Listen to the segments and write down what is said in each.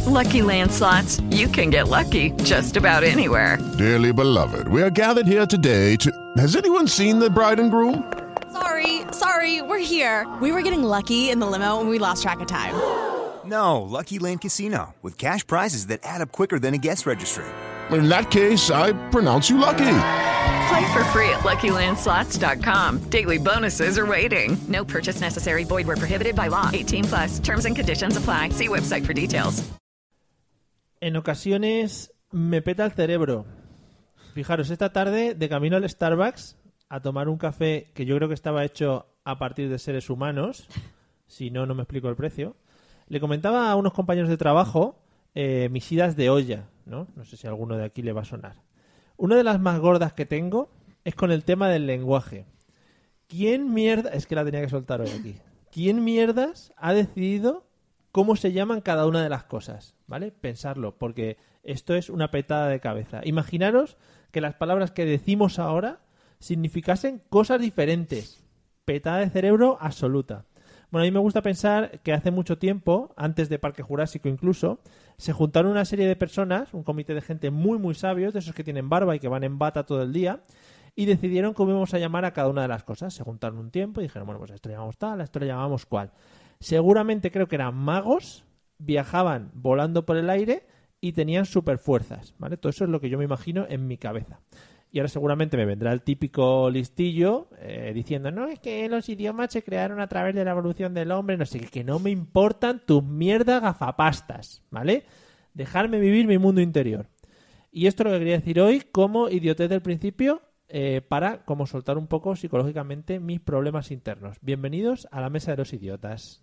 Lucky Land Slots, you can get lucky just about anywhere. Dearly beloved, we are gathered here today to... Has anyone seen the bride and groom? Sorry, we're here. We were getting lucky in the limo and we lost track of time. No, Lucky Land Casino, with cash prizes that add up quicker than a guest registry. In that case, I pronounce you lucky. Play for free at LuckyLandSlots.com. Daily bonuses are waiting. No purchase necessary. Void where prohibited by law. 18+. Terms and conditions apply. See website for details. En ocasiones me peta el cerebro. Fijaros, esta tarde, de camino al Starbucks, a tomar un café que yo creo que estaba hecho a partir de seres humanos, si no, no me explico el precio, le comentaba a unos compañeros de trabajo mis idas de olla, ¿no? No sé si a alguno de aquí le va a sonar. Una de las más gordas que tengo es con el tema del lenguaje. ¿Quién mierda... Es que la tenía que soltar hoy aquí. ¿Quién mierdas ha decidido cómo se llaman cada una de las cosas? ¿Vale? Pensarlo, porque esto es una petada de cabeza. Imaginaros que las palabras que decimos ahora significasen cosas diferentes. Petada de cerebro absoluta. Bueno, a mí me gusta pensar que hace mucho tiempo, antes de Parque Jurásico incluso, se juntaron una serie de personas, un comité de gente muy muy sabios, de esos que tienen barba y que van en bata todo el día, y decidieron cómo íbamos a llamar a cada una de las cosas. Se juntaron un tiempo y dijeron, bueno, pues a esto le llamamos tal, a esto le llamamos cual. Seguramente creo que eran magos, viajaban volando por el aire y tenían superfuerzas, ¿vale? Todo eso es lo que yo me imagino en mi cabeza. Y ahora seguramente me vendrá el típico listillo diciendo, no, es que los idiomas se crearon a través de la evolución del hombre, no sé, que no me importan tus mierdas gafapastas, ¿vale? Dejarme vivir mi mundo interior. Y esto es lo que quería decir hoy como idiotez del principio para como soltar un poco psicológicamente mis problemas internos. Bienvenidos a la Mesa de los Idiotas.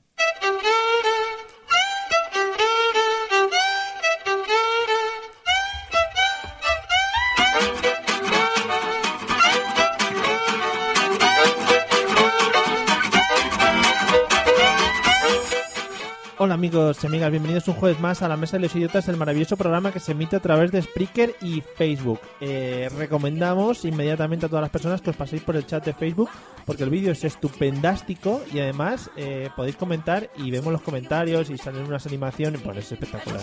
Hola amigos y amigas, bienvenidos un jueves más a la Mesa de los Idiotas, el maravilloso programa que se emite a través de Spreaker y Facebook. Recomendamos inmediatamente a todas las personas que os paséis por el chat de Facebook porque el vídeo es estupendástico y además podéis comentar y vemos los comentarios y salen unas animaciones, pues es espectacular.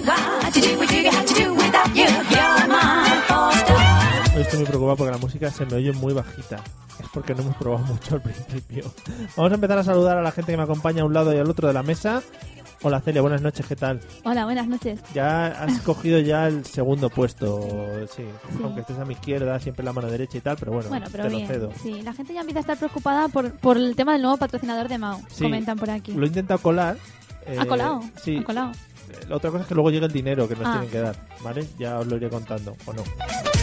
Hoy estoy muy preocupado porque la música se me oye muy bajita. Es porque no hemos probado mucho al principio. Vamos a empezar a saludar a la gente que me acompaña a un lado y al otro de la mesa. Hola Celia, buenas noches, ¿qué tal? Hola, buenas noches. Ya has cogido ya el segundo puesto, sí. Aunque estés a mi izquierda, siempre la mano derecha y tal, pero bueno, pero te bien. lo cedo. Sí, la gente ya empieza a estar preocupada por el tema del nuevo patrocinador de Mao, Sí, comentan por aquí. lo he intentado colar. ¿Ha colado? Sí. ¿Ha colado? La otra cosa es que luego llega el dinero que nos Ah. tienen que dar, ¿vale? Ya os lo iré contando, ¿o no?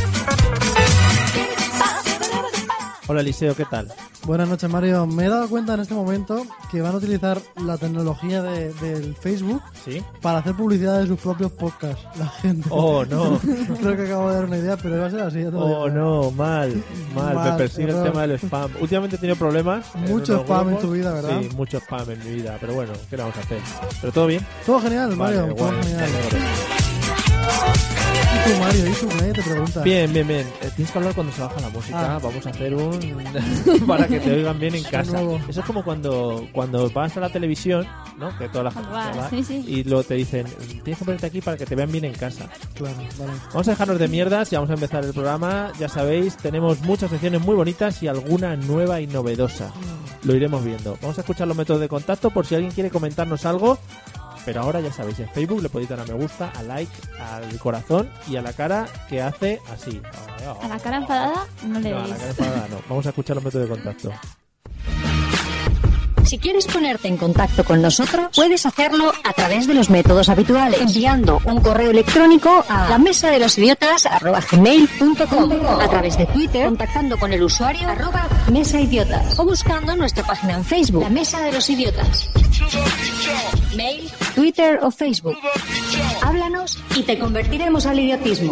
Hola Eliseo, ¿qué tal? Buenas noches, Mario. Me he dado cuenta en este momento que van a utilizar la tecnología del Facebook ¿Sí? para hacer publicidad de sus propios podcasts. La gente. Oh, no. Creo que acabo de dar una idea, pero va a ser así. Ya te lo digo. Oh, no, mal. Me persigue el tema del spam. Últimamente he tenido problemas. Mucho unos spam en grupos. tu vida, ¿verdad? Sí, mucho spam en mi vida, pero bueno, ¿qué le vamos a hacer? ¿Pero todo bien? Todo genial, Mario. Vale, Todo guay, genial. me alegro. ¿Y tú, Mario? ¿Y tú? Nadie te pregunta. Bien. Tienes que hablar cuando se baja la música. Ah. Vamos a hacer un... para que te oigan bien en casa. nuevo. Eso es como cuando vas a la televisión, ¿no? Que toda la gente Vas, va, sí. y luego te dicen, tienes que ponerte aquí para que te vean bien en casa. Claro, vale. Vamos a dejarnos de mierdas y vamos a empezar el programa. Ya sabéis, tenemos muchas secciones muy bonitas y alguna nueva y novedosa. Lo iremos viendo. Vamos a escuchar los métodos de contacto por si alguien quiere comentarnos algo. Pero ahora ya sabéis, en Facebook le podéis dar a me gusta, a like, al corazón y a la cara que hace así. A la cara enfadada no le No, a deis. la cara enfadada no. Vamos a escuchar los métodos de contacto. Si quieres ponerte en contacto con nosotros, puedes hacerlo a través de los métodos habituales, enviando un correo electrónico a lamesadelosidiotas@gmail.com, a través de Twitter, contactando con el usuario @mesaidiotas, o buscando nuestra página en Facebook, La Mesa de los Idiotas. Mail, Twitter o Facebook. Háblanos y te convertiremos al idiotismo.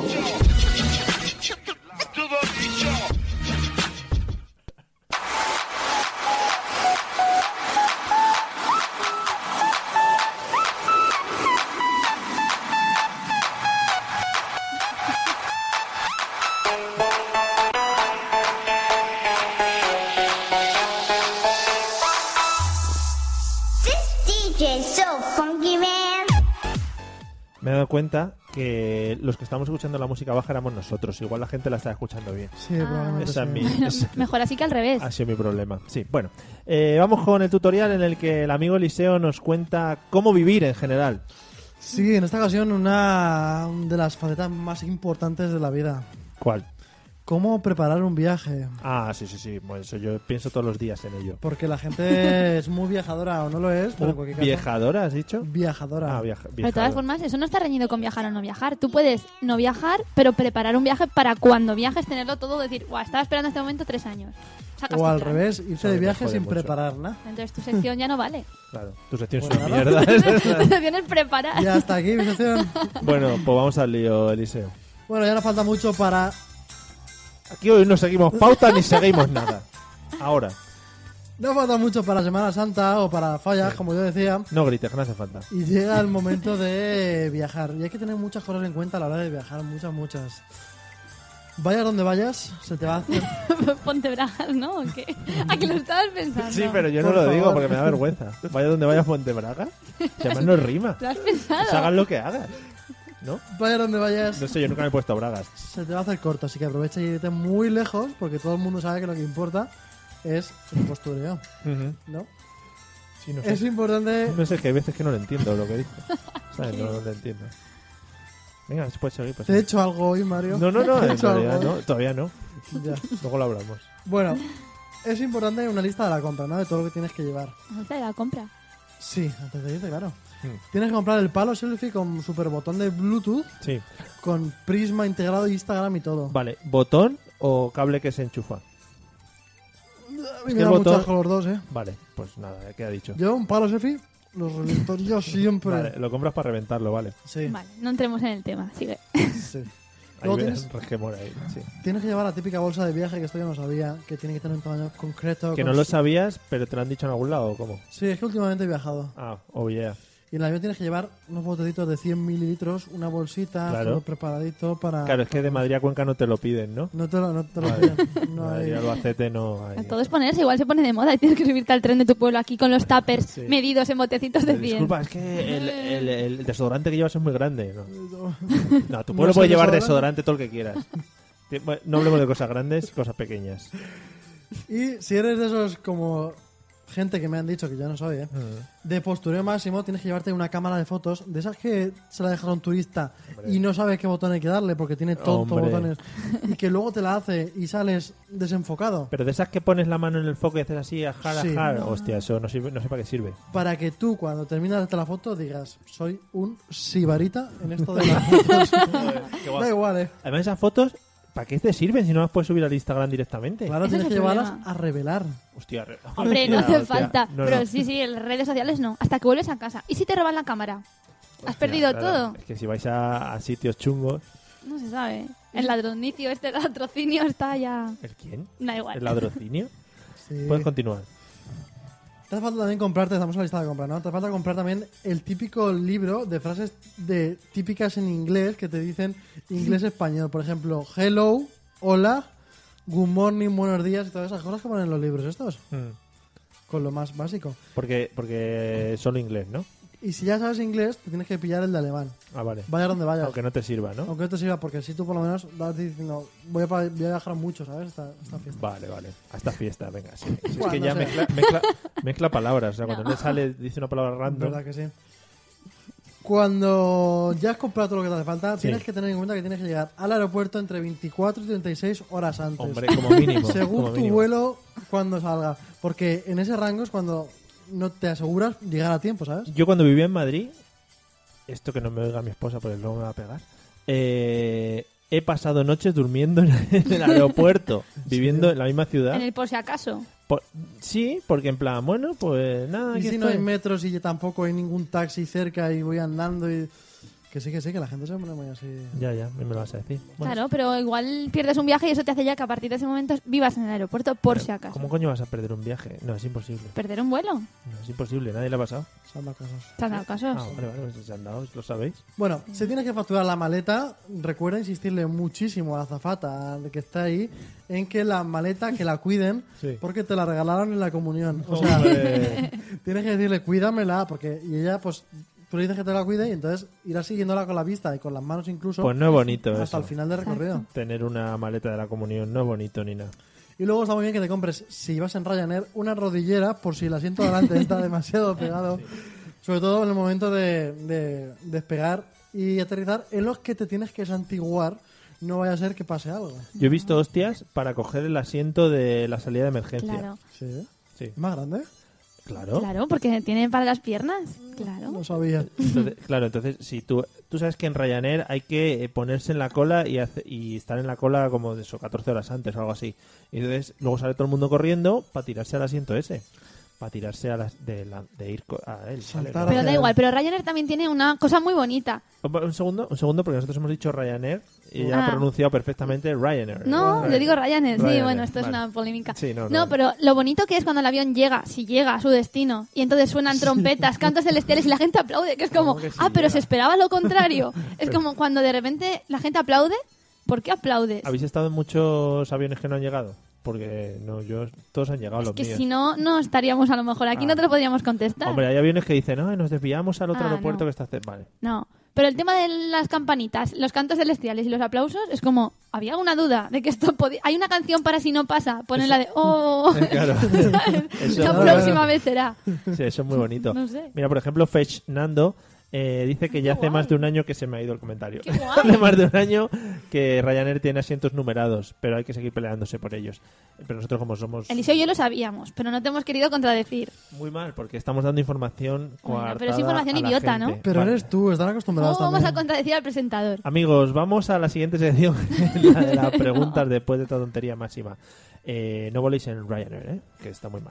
DJ's so funky, man. me he dado cuenta que los que estamos escuchando la música baja éramos nosotros. Igual la gente la está escuchando bien. Sí, probablemente Esa sí. es mi... Mejor así que al revés. Ha sido mi problema. Sí, bueno. Vamos con el tutorial en el que el amigo Eliseo nos cuenta cómo vivir en general. Sí, en esta ocasión una de las facetas más importantes de la vida. ¿Cuál? ¿Cómo preparar un viaje? Ah, sí. Bueno, eso yo pienso todos los días en ello. Porque la gente es muy viajadora o no lo es, pero en cualquier caso... ¿Viajadora, has dicho? Viajadora. Ah, Pero de todas viajadora. formas, eso no está reñido con viajar o no viajar. Tú puedes no viajar, pero preparar un viaje para cuando viajes, tenerlo todo, decir, guau, estaba esperando este momento 3 años. Sacas O tu al plan. revés, irse Eso de me viaje jode sin mucho. preparar nada. Entonces tu sección ya no vale. Claro, tu sección es Bueno, una nada. mierda. Tu sección es preparar. Y hasta aquí mi sección. Bueno, pues vamos al lío, Eliseo. Bueno, ya nos falta mucho para... Aquí hoy no seguimos pauta ni seguimos nada. Ahora, No falta mucho para Semana Santa o para fallas, como yo decía. no grites, que no hace falta. Y llega el momento de viajar. Y hay que tener muchas cosas en cuenta a la hora de viajar. Muchas. Vayas donde vayas, se te va a hacer... Ponte bragas, ¿no? ¿O qué? ¿A que lo estabas pensando? Sí, pero yo no Por lo favor. digo porque me da vergüenza. Vaya donde vaya Fuente Braga. Si además no rima. ¿Lo has pensado? Pues hagan lo que hagan. ¿No? Vayas donde vayas, No sé, yo nunca me he puesto bragas. se te va a hacer corto. Así que aprovecha y irte muy lejos, porque todo el mundo sabe que lo que importa es el postureo, ¿no? Sí, no Es sé. importante... No sé, que hay veces que no lo entiendo lo que dice. ¿Sabes? No lo entiendo. Venga, puedes seguir. Pues. ¿Te he hecho algo hoy, Mario? No, ¿Te he en hecho realidad algo no. hoy? Todavía no. Ya. Luego lo hablamos. Bueno, es importante una lista de la compra, ¿no? De todo lo que tienes que llevar. Antes de la compra. Sí, antes de irte, claro. Mm. Tienes que comprar el palo selfie con super botón de Bluetooth, Sí. con Prisma integrado, Instagram y todo. Vale, ¿botón o cable que se enchufa? A mí Es me que da el mucho botón- asco los dos, ¿eh? Vale, pues nada, queda dicho. Yo un palo selfie lo revientaría siempre. Vale, lo compras para reventarlo, vale. Sí, Vale, no entremos en el tema. Sigue. sí. Ahí Luego ves tienes, resquemor ahí, sí. tienes que llevar la típica bolsa de viaje, que esto yo no sabía, que tiene que tener un tamaño concreto. Que con no lo su- sabías, pero te lo han dicho en algún lado, ¿o cómo? Sí, es que últimamente he viajado. Ah, oh yeah. Y en el avión tienes que llevar unos botecitos de 100 mililitros, una bolsita, Claro. todo preparadito para... Claro, es que de Madrid a Cuenca no te lo piden, ¿no? No te lo Vale. piden. No Madrid hay... a Albacete no hay. Todo es ponerse, igual se pone de moda y tienes que subirte al tren de tu pueblo aquí con los tuppers Sí. medidos en botecitos de 100. Disculpa, es que el desodorante que llevas es muy grande. No, tu No pueblo sé puede llevar desodorante. desodorante todo el que quieras. Bueno, no hablemos de cosas grandes, cosas pequeñas. Y si eres de esos como gente que me han dicho, que yo no soy, de postureo máximo, tienes que llevarte una cámara de fotos, de esas que se la dejaron turista y no sabes qué botón hay que darle porque tiene tontos Hombre. botones y que luego te la hace y sales desenfocado. Pero de esas que pones la mano en el foco y haces así, ajar, Sí. ajar. Hostia, eso no, sirve, no sé para qué sirve. Para que tú, cuando terminas de hacer la foto, digas, soy un sibarita en esto de las fotos. Qué guapo. Da igual, ¿eh? Además, esas fotos, ¿para qué te sirven si no las puedes subir al Instagram directamente? Claro, Ese tienes es que el llevarlas problema. a revelar. Hostia, Hombre, no hace hostia. falta. No, pero no. sí, en las redes sociales no. Hasta que vuelves a casa. ¿Y si te roban la cámara? ¿Has Hostia, perdido claro. todo? Es que si vais a sitios chungos... No se sabe. El ladronicio, el latrocinio está ya... ¿El quién? Da igual. ¿El ladrocinio? Sí. Puedes continuar. Te hace falta también comprarte, estamos en la lista de compra, ¿no? Te hace falta comprar también el típico libro de frases típicas en inglés que te dicen inglés-español. Por ejemplo, hello, hola, good morning, buenos días y todas esas cosas que ponen en los libros estos. Con lo más básico. Porque solo inglés, ¿no? Y si ya sabes inglés, te tienes que pillar el de alemán. Ah, vale. Vaya donde vayas. Aunque no te sirva, ¿no? Aunque no te sirva, porque si tú por lo menos vas diciendo, voy a viajar mucho, ¿sabes? Esta fiesta. Vale. A esta fiesta, venga, sí. Si es que Cuando ya sea. mezcla palabras. O sea, cuando le sale, dice una palabra random. ¿Verdad que sí? Cuando ya has comprado todo lo que te hace falta, Sí. tienes que tener en cuenta que tienes que llegar al aeropuerto entre 24 y 36 horas antes. Hombre, como mínimo. Según como tu mínimo. vuelo, cuando salga. Porque en ese rango es cuando no te aseguras llegar a tiempo, ¿sabes? Yo cuando vivía en Madrid, esto que no me oiga mi esposa porque luego me va a pegar, he pasado noches durmiendo en el aeropuerto, viviendo en la misma ciudad. En el por si acaso. Sí, porque en plan, bueno, pues nada. Y aquí si no hay estoy. metros y tampoco hay ningún taxi cerca y voy andando y... Que sí, que la gente se pone muy así. Ya, me lo vas a decir. Bueno, Claro, pero igual pierdes un viaje y eso te hace ya que a partir de ese momento vivas en el aeropuerto por pero si acaso. ¿Cómo coño vas a perder un viaje? No, es imposible. ¿Perder un vuelo? No, es imposible, nadie le ha pasado. Se han dado casos. ¿Te han dado casos? Ah, vale, pues se han dado, lo sabéis. Bueno, si tienes que facturar la maleta, recuerda insistirle muchísimo a la azafata que está ahí en que la maleta, que la cuiden, Sí. porque te la regalaron en la comunión. O sea, Hombre. tienes que decirle, cuídamela, porque y ella, pues, tú le dices que te la cuide y entonces irás siguiéndola con la vista y con las manos incluso Pues no es bonito hasta eso. el final del recorrido. Tener una maleta de la comunión no es bonito ni nada. Y luego está muy bien que te compres, si vas en Ryanair, una rodillera por si el asiento de delante está demasiado pegado. Sobre todo en el momento de despegar y aterrizar, en los que te tienes que santiguar, no vaya a ser que pase algo. Yo he visto hostias para coger el asiento de la salida de emergencia. Claro. ¿Sí? Sí. ¿Es más grande? Claro. Claro, porque tiene para las piernas. Claro. No sabía. Entonces, si tú sabes que en Ryanair hay que ponerse en la cola y estar en la cola como de eso, 14 horas antes o algo así. Y entonces luego sale todo el mundo corriendo para tirarse al asiento ese. Para tirarse de ir a él. Saltar. ¿vale? Pero da igual, pero Ryanair también tiene una cosa muy bonita. Un segundo, porque nosotros hemos dicho Ryanair y ella ha Ah. pronunciado perfectamente Ryanair. No, le digo Ryanair, sí, Ryanair, bueno, esto es vale. una polémica. Sí, no. Pero lo bonito que es cuando el avión llega, si llega a su destino, y entonces suenan trompetas, cantos celestiales y la gente aplaude, que es como, ¿Cómo que si pero llega? se esperaba lo contrario. Es como cuando de repente la gente aplaude, ¿por qué aplaudes? ¿Habéis estado en muchos aviones que no han llegado? Porque todos han llegado Es los que míos. si no, no estaríamos a lo mejor aquí, Ah. no te lo podríamos contestar. Hombre, hay aviones que dicen, no, nos desviamos al otro Ah, aeropuerto no. que está cerca. Vale. No, pero el tema de las campanitas, los cantos celestiales y los aplausos es como, había alguna duda de que esto podía... Hay una canción para si no pasa, ponen la de ¡oh! Claro. Eso- La próxima vez será. Sí, eso es muy bonito. No sé. Mira, por ejemplo, Fetch Nando dice que ya hace más de un año que se me ha ido el comentario. ¡Qué guay! Hace más de un año que Ryanair tiene asientos numerados, pero hay que seguir peleándose por ellos. Pero nosotros como somos Eliseo y yo lo sabíamos, pero no te hemos querido contradecir. muy mal, porque estamos dando información Bueno, coartada pero es información a la idiota, gente. ¿no? Pero Vale. eres tú, están acostumbrados ¿Cómo vamos a también. contradecir al presentador? Amigos, vamos a la siguiente sección, la de las preguntas después de esta tontería máxima. No voléis en Ryanair, que está muy mal.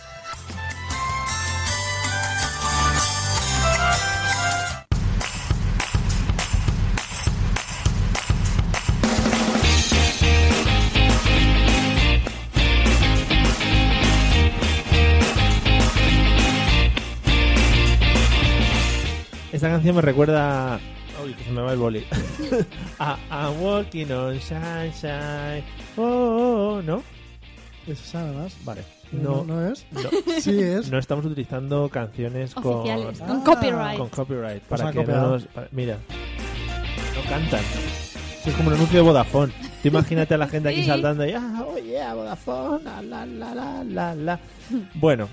Esta canción me recuerda... Uy, que se me va el boli. I'm walking on sunshine. Oh, ¿no? Es esa, además. Vale. ¿No, No, no es? no, Sí es. no estamos utilizando canciones Oficiales, con con Ah. copyright. copyright. Pues Para ha que no copiado. nos... Mira. No cantan. Es como un anuncio de Vodafone. Tú imagínate a la gente aquí Sí. saltando y... Oh, yeah, Vodafone. La. Bueno,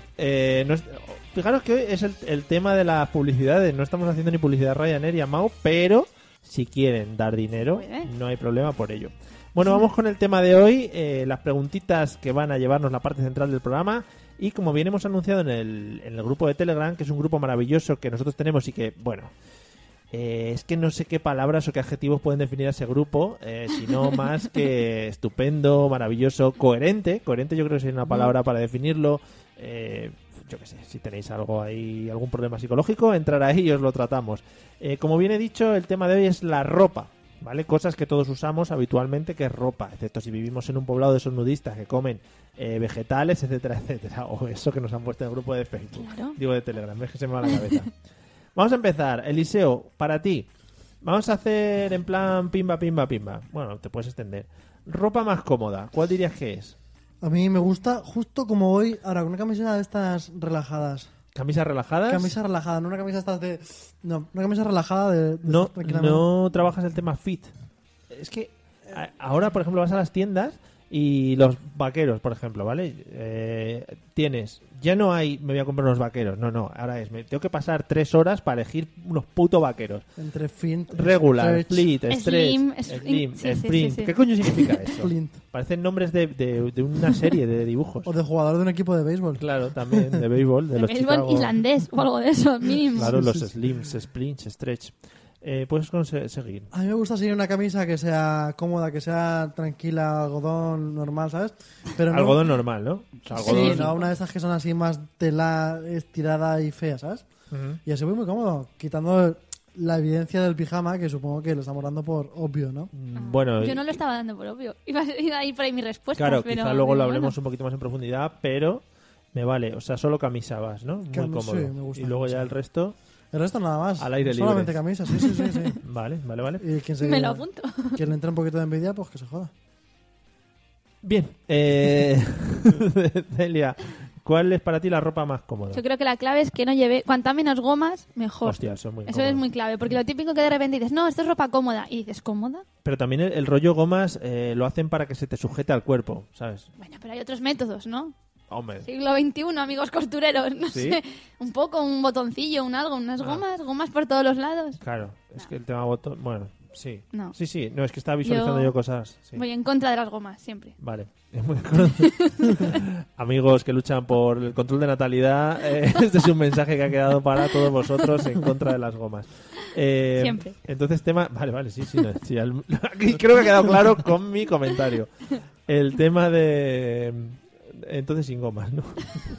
fijaros que hoy es el tema de las publicidades. No estamos haciendo ni publicidad Ryanair y Amao, pero si quieren dar dinero, Puede. no hay problema por ello. Bueno, vamos con el tema de hoy, las preguntitas que van a llevarnos la parte central del programa. Y como bien hemos anunciado en el grupo de Telegram, que es un grupo maravilloso que nosotros tenemos y que, bueno, es que no sé qué palabras o qué adjetivos pueden definir a ese grupo, sino más que estupendo, maravilloso, coherente. Coherente yo creo que sería una palabra para definirlo. Yo qué sé, si tenéis algo ahí, algún problema psicológico, entrar ahí y os lo tratamos. Como bien he dicho, el tema de hoy es la ropa, ¿vale? Cosas que todos usamos habitualmente, que es ropa, excepto si vivimos en un poblado de esos nudistas que comen vegetales, etcétera, etcétera. O eso que nos han puesto en el grupo de Facebook. Claro. Digo de Telegram, es que se me va la cabeza. Vamos a empezar. Eliseo, para ti, vamos a hacer en plan pimba, pimba, pimba. Bueno, te puedes extender. Ropa más cómoda, ¿cuál dirías que es? A mí me gusta justo como hoy, ahora con una camiseta de estas relajadas. ¿Camisas relajadas? Camisa relajada, no una camisa estas de... No, una camisa relajada de No, estas tranquilamente. no trabajas el tema fit. Es que ahora, por ejemplo, vas a las tiendas y los vaqueros, por ejemplo, ¿vale? Tienes, ya no hay, me voy a comprar unos vaqueros, no, ahora me tengo que pasar 3 horas para elegir unos putos vaqueros. Entre Fint, Regular, Stretch, Fleet, Stretch, Slim, Slim, sí, sí, Sprint. sí, sí. ¿Qué coño significa eso? Flint. Parecen nombres de una serie de dibujos. O de jugador de un equipo de béisbol. Claro, también, de béisbol, de De los béisbol Chicago. islandés o algo de eso, mínimo. Claro, los Sí, sí. Slims, Sprints, Stretch. Puedes seguir. A mí me gusta seguir una camisa que sea cómoda, que sea tranquila, algodón normal, ¿sabes? Pero no, Algodón normal, ¿no? O sea, Sí, algodón... no una de esas que son así más tela estirada y fea, ¿sabes? Ujú. Y así voy muy cómodo, quitando la evidencia del pijama, que supongo que lo estamos dando por obvio, ¿no? Bueno, Yo no lo estaba dando por obvio. Iba a ir por ahí mi respuesta. claro, pero quizá luego lo digo, hablemos bueno. un poquito más en profundidad, pero me vale. O sea, solo camisa vas, ¿no? Muy Sí, cómodo. me gusta. Y luego ya Sí. el resto... El resto nada más. Al aire Solamente libre. camisa, sí, sí, sí. sí. Vale. Y quien se Me lo apunto. quien le entra un poquito de envidia, pues que se joda. Bien. Celia, ¿Cuál es para ti la ropa más cómoda? Yo creo que la clave es que no lleve... Cuanta menos gomas, mejor. Hostia, eso es muy Eso incómodo. es muy clave, porque lo típico que de repente dices, no, esto es ropa cómoda. Y dices, ¿cómoda? Pero también el rollo gomas lo hacen para que se te sujete al cuerpo, ¿sabes? Bueno, pero hay otros métodos, ¿no? Hombre, Siglo XXI, amigos costureros, no ¿Sí? sé. Un poco, un botoncillo, un algo, unas gomas por todos los lados. claro. Es que el tema botón... Bueno, sí. No. Sí. No, es que estaba visualizando yo cosas. Sí. Voy en contra de las gomas, siempre. Vale. Amigos que luchan por el control de natalidad, este es un mensaje que ha quedado para todos vosotros en contra de las gomas. Siempre. Entonces, tema... Vale, sí. Sí, aquí creo que ha quedado claro con mi comentario. El tema de... Entonces sin gomas, ¿no?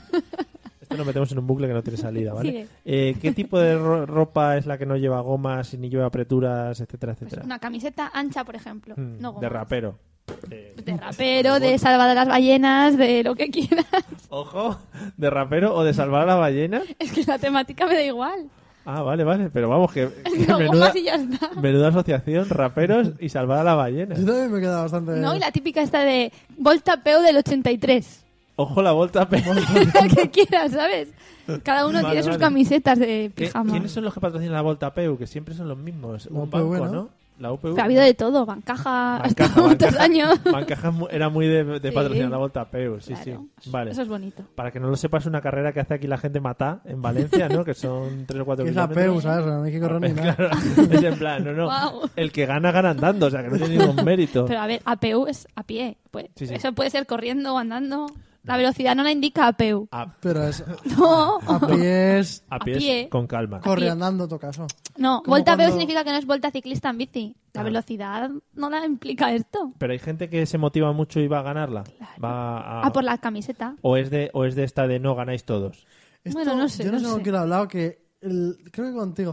Esto nos metemos en un bucle que no tiene salida, ¿vale? ¿Qué tipo de ropa es la que no lleva gomas ni lleva apreturas, etcétera, etcétera? Una camiseta ancha, por ejemplo. No gomas. De rapero. De rapero, de salvar a las ballenas, de lo que quieras. Ojo, ¿de rapero o de salvar a la ballena? Es que la temática me da igual. Ah, vale, pero vamos, que No, menuda, gomas y ya está. menuda asociación, raperos y salvar a la ballena. Yo también me he quedado bastante... No, y la típica esta de Volta Peu del 83. Ojo la volta, pero... La que quieras, ¿sabes? Cada uno Vale, tiene sus vale. camisetas de pijama. ¿Quiénes son los que patrocinan la Volta PEU? Que siempre son los mismos. La Un UPV, banco, ¿no? ¿no? La UPV. Pero ha habido de todo, Bancaja, hasta muchos años. Bancaja era muy de Sí. patrocinar la Volta PEU, sí, Claro. sí. Vale. Eso es bonito. Para que no lo sepas, es una carrera que hace aquí la gente Matá, en Valencia, ¿no? Que son 3 o 4 Que es la kilómetros. PEU, ¿sabes? No hay que correr ni nada. Claro, es en plan, no. Guau. El que gana andando, o sea, que no tiene ningún mérito. Pero a ver, APU es a pie. Pues, Sí. Eso puede ser corriendo o andando. La velocidad no la indica APU. Pero es... No, A pies... A pies, pie. con calma. Corre pie. andando, en todo caso. no. Como Volta APU cuando- significa que no es volta ciclista en bici. La Ah. velocidad no la implica esto. Pero hay gente que se motiva mucho y va a ganarla. Va a... Por la camiseta. o es de esta de no ganáis todos. Bueno, no sé, Yo no no sé sé. con quién he hablado, que... creo que contigo.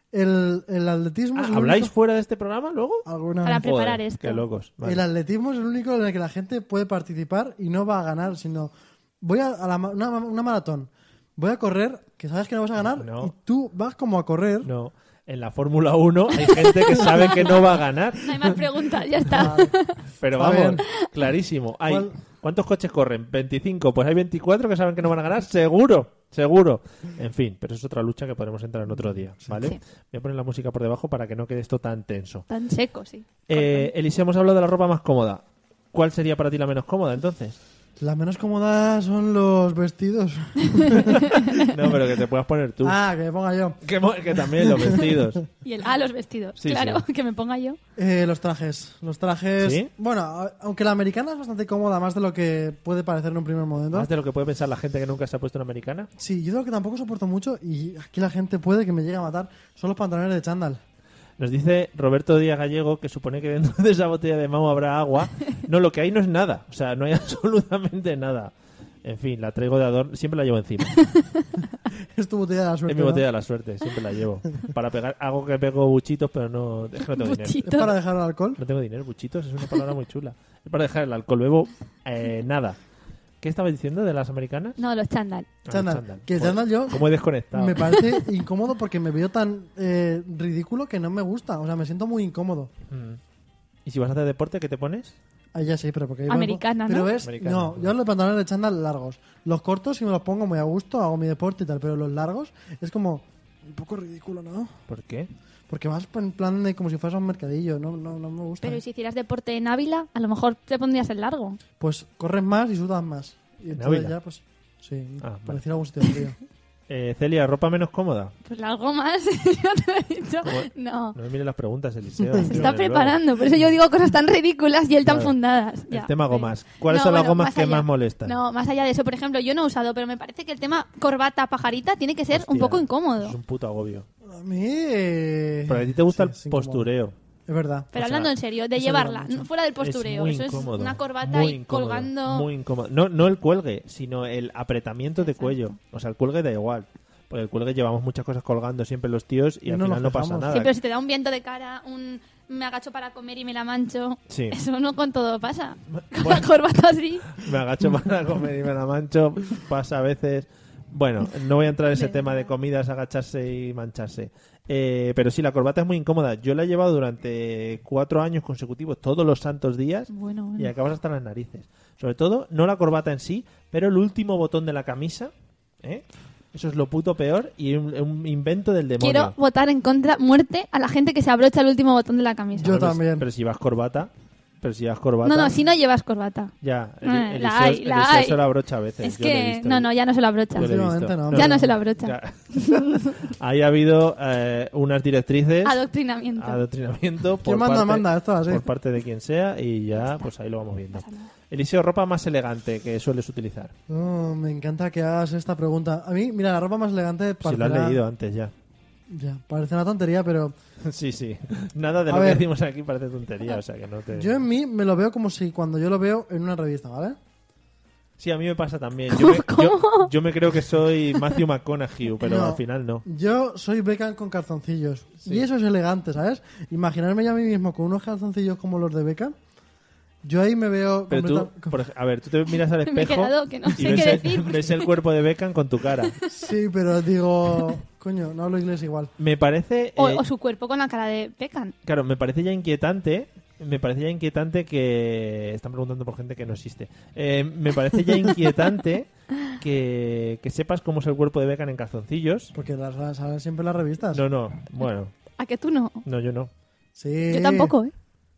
El atletismo es el ¿Habláis único... fuera de este programa luego? Alguna Para vez. preparar Joder, esto. Qué locos. Vale. El atletismo es el único en el que la gente puede participar y no va a ganar, sino... Voy a una maratón. Voy a correr, que sabes que no vas a ganar, No. y tú vas como a correr. No. En la Fórmula 1 hay gente que sabe que no va a ganar. No hay más preguntas, ya está. Pero Está vamos, bien. clarísimo. Hay, ¿Cuál? ¿Cuántos coches corren? 25. Pues hay 24 que saben que no van a ganar, seguro. En fin, pero es otra lucha que podremos entrar en otro día, ¿vale? Sí. Voy a poner la música por debajo para que no quede esto tan tenso. Tan seco, sí. Eliseo, hemos hablado de la ropa más cómoda. ¿Cuál sería para ti la menos cómoda, entonces? Las menos cómodas son los vestidos. No, pero que te puedas poner tú. Ah, que me ponga yo. Que también los vestidos. Y los vestidos. Sí, claro, sí. que me ponga yo. Los trajes. Los trajes... ¿Sí? Bueno, aunque la americana es bastante cómoda, más de lo que puede parecer en un primer momento. Más de lo que puede pensar la gente que nunca se ha puesto una americana. Sí, yo lo que tampoco soporto mucho, y aquí la gente puede que me llegue a matar, son los pantalones de chándal. Nos dice Roberto Díaz Gallego que supone que dentro de esa botella de Mau habrá agua. No, lo que hay no es nada. O sea, no hay absolutamente nada. En fin, la traigo de adorno. Siempre la llevo encima. Es tu botella de la suerte, Es mi ¿no? botella de la suerte. Siempre la llevo. Para pegar, hago que pego buchitos, pero no, es que no tengo dinero. Buchito. ¿Es para dejar el alcohol? No tengo dinero. Buchitos es una palabra muy chula. Es para dejar el alcohol. Bebo nada. ¿Qué estabas diciendo de las americanas? No, los chándal. Ah, Chándal. Que el Joder, chándal yo ¿Cómo he desconectado? me parece incómodo porque me veo tan ridículo que no me gusta. O sea, me siento muy incómodo. ¿Y si vas a hacer deporte, qué te pones? Ahí ya sí, pero porque... Americana, pero ¿no? es... Americana. No, yo los pantalones de chándal largos. Los cortos, si me los pongo muy a gusto, hago mi deporte y tal. Pero los largos es como un poco ridículo, ¿no? ¿Por qué? Porque vas en plan de como si fueras a un mercadillo. No me gusta. Pero ¿y si hicieras deporte en Ávila? A lo mejor te pondrías el largo. Pues corres más y sudas más. Y entonces Ávila? ya, pues... Sí, Ah, vale. parecía algún sitio frío. Celia, ¿ropa menos cómoda? Pues las gomas, ya te lo he dicho. ¿Cómo? No. No me mires las preguntas, Eliseo. Se está preparando, por eso yo digo cosas tan ridículas y él tan Claro. fundadas. El Ya, tema sí. gomas. ¿Cuáles No, son las bueno, gomas que allá. más molestan? No, más allá de eso, por ejemplo, yo no he usado, pero me parece que el tema corbata pajarita tiene que ser un Hostia, poco incómodo. Es un puto agobio. A mí... Pero a ti te gusta sí, el es incómodo. postureo. Es verdad. Pero o sea, hablando en serio, de eso llevarla, ayuda mucho. fuera del postureo. Es muy Eso incómodo. es una corbata muy ahí incómodo, colgando. Muy incómodo. No el cuelgue, sino el apretamiento de cuello. O sea, el cuelgue da igual. Porque el cuelgue llevamos muchas cosas colgando siempre los tíos y Y al no final nos no pasa fijamos. nada. Sí, pero si te da un viento de cara, me agacho para comer y me la mancho. Sí. Eso no con todo pasa. Con Bueno. la corbata así. Me agacho para comer y me la mancho. Pasa a veces. Bueno, no voy a entrar en ese tema de comidas, agacharse y mancharse. Pero sí, la corbata es muy incómoda. Yo la he llevado durante 4 años consecutivos, todos los santos días, Bueno. y acabas hasta las narices. Sobre todo, no la corbata en sí, pero el último botón de la camisa, ¿eh? Eso es lo puto peor y un invento del demonio. Quiero votar en contra, muerte, a la gente que se abrocha el último botón de la camisa. Yo Pero también. Pero si llevas corbata... No, si no llevas corbata. Ya, La Eliseo hay. se la abrocha a veces. Es yo lo he que... visto. No, ya no se lo abrocha. Yo lo he visto. Últimamente no. Ya no se lo abrocha. Ya. Ahí ha habido unas directrices, Adoctrinamiento. adoctrinamiento ¿Quién manda? Esto así. por parte de quien sea y ya, pues ahí lo vamos viendo. Eliseo, ropa más elegante que sueles utilizar. Oh, me encanta que hagas esta pregunta. A mí, mira, la ropa más elegante Si lo has parecerá... leído antes ya. Ya, parece una tontería, pero Sí. Nada de A lo que ver. decimos aquí parece tontería, o sea que no te... yo en mí me lo veo como si cuando yo lo veo en una revista, ¿vale? Sí, a mí me pasa también. ¿Cómo? Yo me creo que soy Matthew McConaughey, pero No. al final no. Yo soy Beckham con calzoncillos. Sí. Y eso es elegante, ¿sabes? Imaginarme yo a mí mismo con unos calzoncillos como los de Beckham. Yo ahí me veo... Pero tú, a ver, tú te miras al Me he espejo quedado que no y sé ves, qué el, decir. ves el cuerpo de Beckham con tu cara. Sí, pero digo... Coño, no hablo inglés igual. Me parece... O su cuerpo con la cara de Beckham. Claro, me parece ya inquietante. Me parece ya inquietante que... Están preguntando por gente que no existe. Me parece ya inquietante que sepas cómo es el cuerpo de Beckham en calzoncillos. Porque las salen siempre en las revistas. No. Bueno, ¿A que tú no? no, yo no. Sí. Yo tampoco, ¿eh?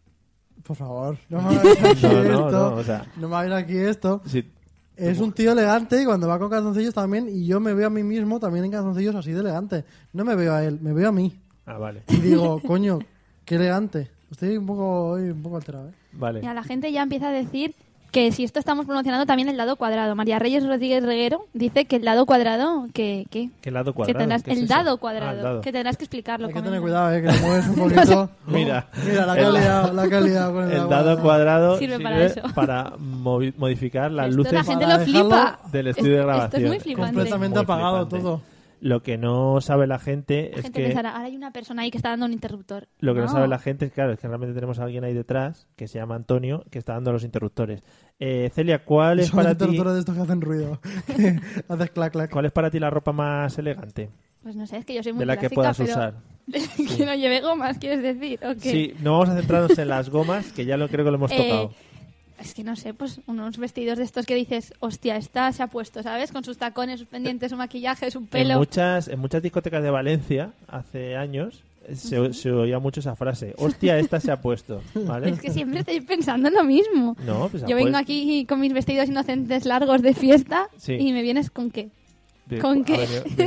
Por favor, no me hagáis aquí esto. No, o sea... No me hagáis aquí esto. si- Es un tío elegante y cuando va con calzoncillos también, y yo me veo a mí mismo también en calzoncillos así de elegante. No me veo a él, me veo a mí. Ah, vale. Y digo, coño, qué elegante. Estoy un poco alterado, ¿eh? Vale. Mira, la gente ya empieza a decir que si esto estamos promocionando también el lado cuadrado. María Reyes Rodríguez Reguero dice que el lado cuadrado, ¿qué? ¿Qué lado Que cuadrado? tendrás, ¿Qué es el eso? dado Ah, cuadrado, el dado. que tendrás que explicarlo. Hay que con tener el- cuidado, que le mueves un poquito. Mira, Mira, la que ha liado con el dado cuadrado Sirve para eso. para modificar las Esto luces la gente Para lo dejarlo flipa. del estudio de Esto grabación. es muy flipante. completamente Muy apagado flipante. todo. Lo que no sabe la gente La es gente que... pensará, ahora hay una persona ahí que está dando un interruptor. Lo que no sabe la gente es, claro, es que realmente tenemos a alguien ahí detrás que se llama Antonio que está dando los interruptores. Celia, ¿cuál es Son para ti interruptores de estos que hacen ruido. Haces clac, clac. cuál es para ti la ropa más elegante Pues no sé, es que yo soy muy de la que clásica, puedas pero usar? que no lleve gomas, ¿quieres decir? ¿O qué? Sí, no vamos a centrarnos en las gomas, que ya lo creo que lo hemos tocado. Es que no sé, pues unos vestidos de estos que dices, hostia, esta se ha puesto, ¿sabes? Con sus tacones, sus pendientes, su maquillaje, su En pelo. muchas discotecas de Valencia, hace años, se oía mucho esa frase. Hostia, esta se ha puesto, ¿vale? Es que siempre estoy pensando en lo mismo. No, pues Yo vengo aquí con mis vestidos inocentes largos de fiesta Sí. y me vienes con qué. De- ¿Con qué?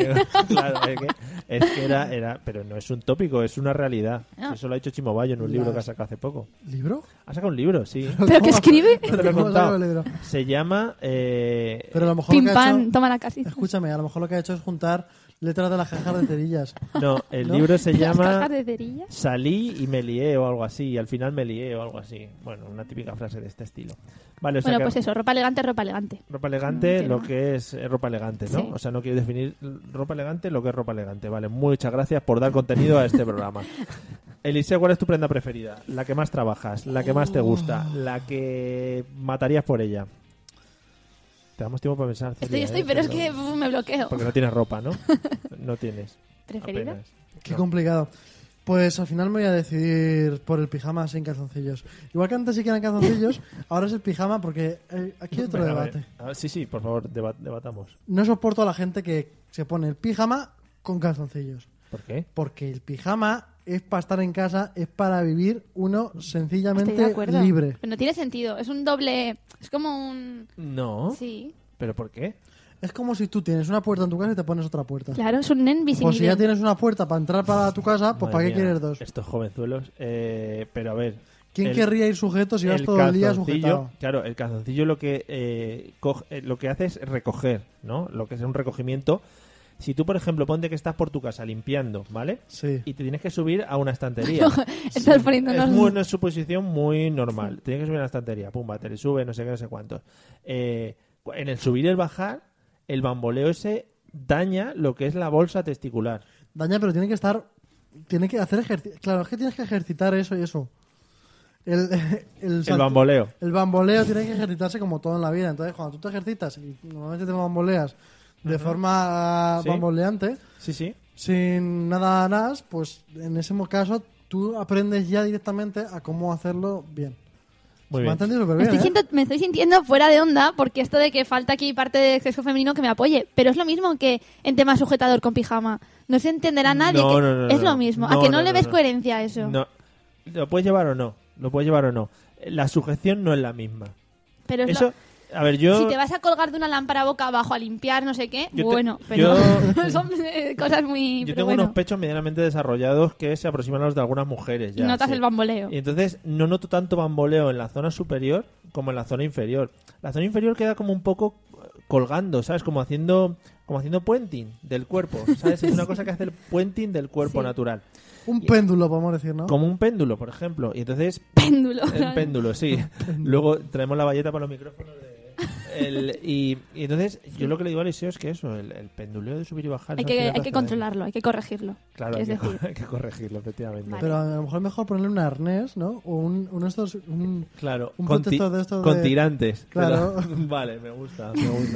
Claro, es que era... Pero no es un tópico, es una realidad. No. Eso lo ha dicho Chimo Bayo en un libro que ha sacado hace poco. ¿Libro? Ha sacado un libro, sí. ¿Pero qué escribe? Te lo he ¿Cómo contado. saca el libro? Se llama... Pero a lo mejor Pim lo que ha pam, hecho... toma la casita. Escúchame, a lo mejor lo que ha hecho es juntar letras de las cajas de cerillas. No, el ¿No? libro se Las llama cajas de cerillas. Salí y me lié o algo así, y al final me lié o algo así. Bueno, una típica frase de este estilo. Vale, o sea Bueno, que pues eso, ropa elegante, ropa elegante. ropa elegante, que lo no. que es ropa elegante, ¿no? Sí. O sea, no quiero definir ropa elegante, lo que es ropa elegante. Vale, muchas gracias por dar contenido a este programa. Eliseo, ¿cuál es tu prenda preferida? La que más trabajas, la que más te gusta, la que matarías por ella. Te damos tiempo para pensar, Celia, Estoy, pero es que me bloqueo. Porque no tienes ropa, ¿no? No tienes. ¿Preferida? Apenas. Qué No. complicado. Pues al final me voy a decidir por el pijama sin calzoncillos. Igual que antes sí que eran calzoncillos, ahora es el pijama porque aquí hay otro Venga, debate. a ver, sí, por favor, debatamos. No soporto a la gente que se pone el pijama con calzoncillos. ¿Por qué? Porque el pijama es para estar en casa, es para vivir uno Estoy de sencillamente acuerdo. libre. Pero no tiene sentido. Es un doble... Es como un... No. Sí. ¿Pero por qué? Es como si tú tienes una puerta en tu casa y te pones otra puerta. Claro, es un nen Pues si visible. ya tienes una puerta para entrar para tu casa, pues Madre ¿para qué mía, quieres dos? Estos jovenzuelos. Pero a ver. ¿Quién querría ir sujeto si vas todo el día sujetado? Claro, el calzoncillo lo que lo que hace es recoger, ¿no? Lo que es un recogimiento. Si tú, por ejemplo, ponte que estás por tu casa limpiando, ¿vale? Sí. Y te tienes que subir a una estantería. Estás poniéndonos... Es una suposición muy normal. Tienes que subir a una estantería, pumba, te le sube, no sé qué, no sé cuántos. En el subir y el bajar, el bamboleo ese daña lo que es la bolsa testicular. Daña, pero tiene que estar... Tiene que hacer ejercicio. Claro, es que tienes que ejercitar eso y eso. El bamboleo. El bamboleo tiene que ejercitarse como todo en la vida. Entonces, cuando tú te ejercitas y normalmente te bamboleas de forma Sí. bamboleante, Sí, sí. sin nada más, pues en ese caso tú aprendes ya directamente a cómo hacerlo bien. Muy Me ha bien. entendido súper bien, Me estoy sintiendo fuera de onda porque esto de que falta aquí parte de sexo femenino que me apoye. Pero es lo mismo que en tema sujetador con pijama. No se entenderá nadie. No, que no, es no. lo mismo. No, ¿A que no, no, le no, ves no. coherencia a eso? No. ¿Lo puedes llevar o no? ¿Lo puedes llevar o no? La sujeción no es la misma. Pero es Eso, a ver, yo... Si te vas a colgar de una lámpara boca abajo a limpiar no sé qué, Yo te- bueno, pero yo- son cosas muy... Yo pero tengo bueno. unos pechos medianamente desarrollados que se aproximan a los de algunas mujeres. Ya, Notas sí. el bamboleo. Y entonces no noto tanto bamboleo en la zona superior como en la zona inferior. La zona inferior queda como un poco colgando, ¿sabes? Como haciendo puenting del cuerpo, ¿sabes? Es una cosa que hace el puenting del cuerpo Sí. natural. Un péndulo, podemos decir, ¿no? Como un péndulo, por ejemplo. Y entonces... Péndulo. El péndulo, sí. Luego traemos la valleta para los micrófonos y entonces yo lo que le digo a Eliseo es que eso, el penduleo de subir y bajar... Hay eso al final que te hace daño. controlarlo, hay que corregirlo. Claro, es decir, hay que corregirlo, efectivamente. Vale. Pero a lo mejor es mejor ponerle un arnés, ¿no? O un estos... Claro, un con, protector de estos con de- tirantes. Claro. Pero- vale, me gusta.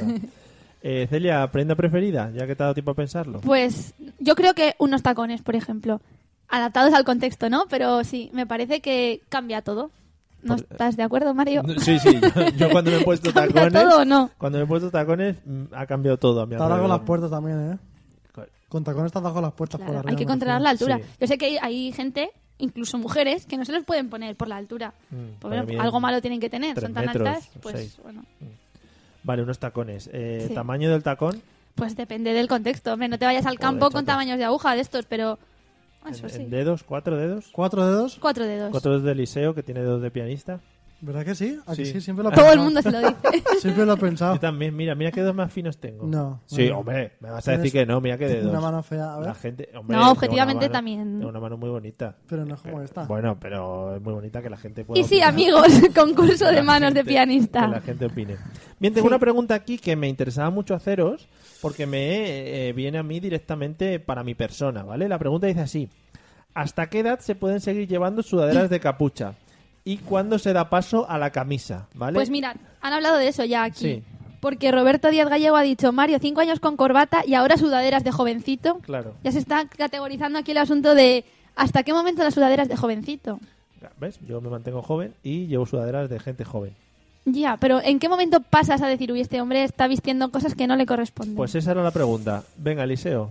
Celia, ¿prenda preferida? Ya que te ha dado tiempo a pensarlo. pues yo creo que unos tacones, por ejemplo, adaptados al contexto, ¿no? Pero sí, me parece que cambia todo. ¿No Por- estás de acuerdo, Mario? Sí, yo cuando me he puesto ¿Cambia tacones... todo o no? Cuando me he puesto tacones ha cambiado todo a mi Te has dado con alrededor. las puertas también, ¿eh? Con tacones te has dado con las puertas Claro, por arriba. hay que me controlar la refiero. altura. Sí. Yo sé que hay gente, incluso mujeres, que no se los pueden poner por la altura. Pues porque bueno, miden algo malo tienen que tener. 3 Son tan metros, altas, pues 6. bueno. Vale, unos tacones. Sí. ¿Tamaño del tacón? Pues depende del contexto. Hombre, no te vayas al Joder, campo con chato. tamaños de aguja de estos, pero eso ¿En sí. dedos? ¿4 dedos? 4 dedos, 4 dedos. 4 dedos de Eliseo, que tiene dedos de pianista. ¿verdad que sí? Aquí Sí. sí, siempre lo he Todo el pensado. mundo se lo dice. Siempre lo he pensado. Yo también, mira qué dedos más finos tengo. No. Sí, Bueno. hombre, me vas a decir Tienes que no, mira qué dedos. Una mano fea, a ver. La gente, hombre, No, tengo objetivamente una mano- también. Tengo una mano muy bonita. Pero no es como esta. Bueno, pero es muy bonita que la gente pueda Y sí, opinar. amigos, concurso Que de la manos de gente- Que la pianista. gente opine. Bien, tengo Sí. una pregunta aquí que me interesaba mucho haceros porque me viene a mí directamente para mi persona, ¿vale? La pregunta dice así: ¿hasta qué edad se pueden seguir llevando sudaderas de capucha? ¿Y cuándo se da paso a la camisa? ¿Vale? Pues mirad, han hablado de eso ya aquí. Sí. Porque Roberto Díaz Gallego ha dicho, Mario, 5 años con corbata y ahora sudaderas de jovencito. Claro. Ya se está categorizando aquí el asunto de hasta qué momento las sudaderas de jovencito. ¿Ves? Yo me mantengo joven y llevo sudaderas de gente joven. Ya, pero ¿en qué momento pasas a decir, uy, este hombre está vistiendo cosas que no le corresponden? Pues esa era la pregunta. Venga, Eliseo.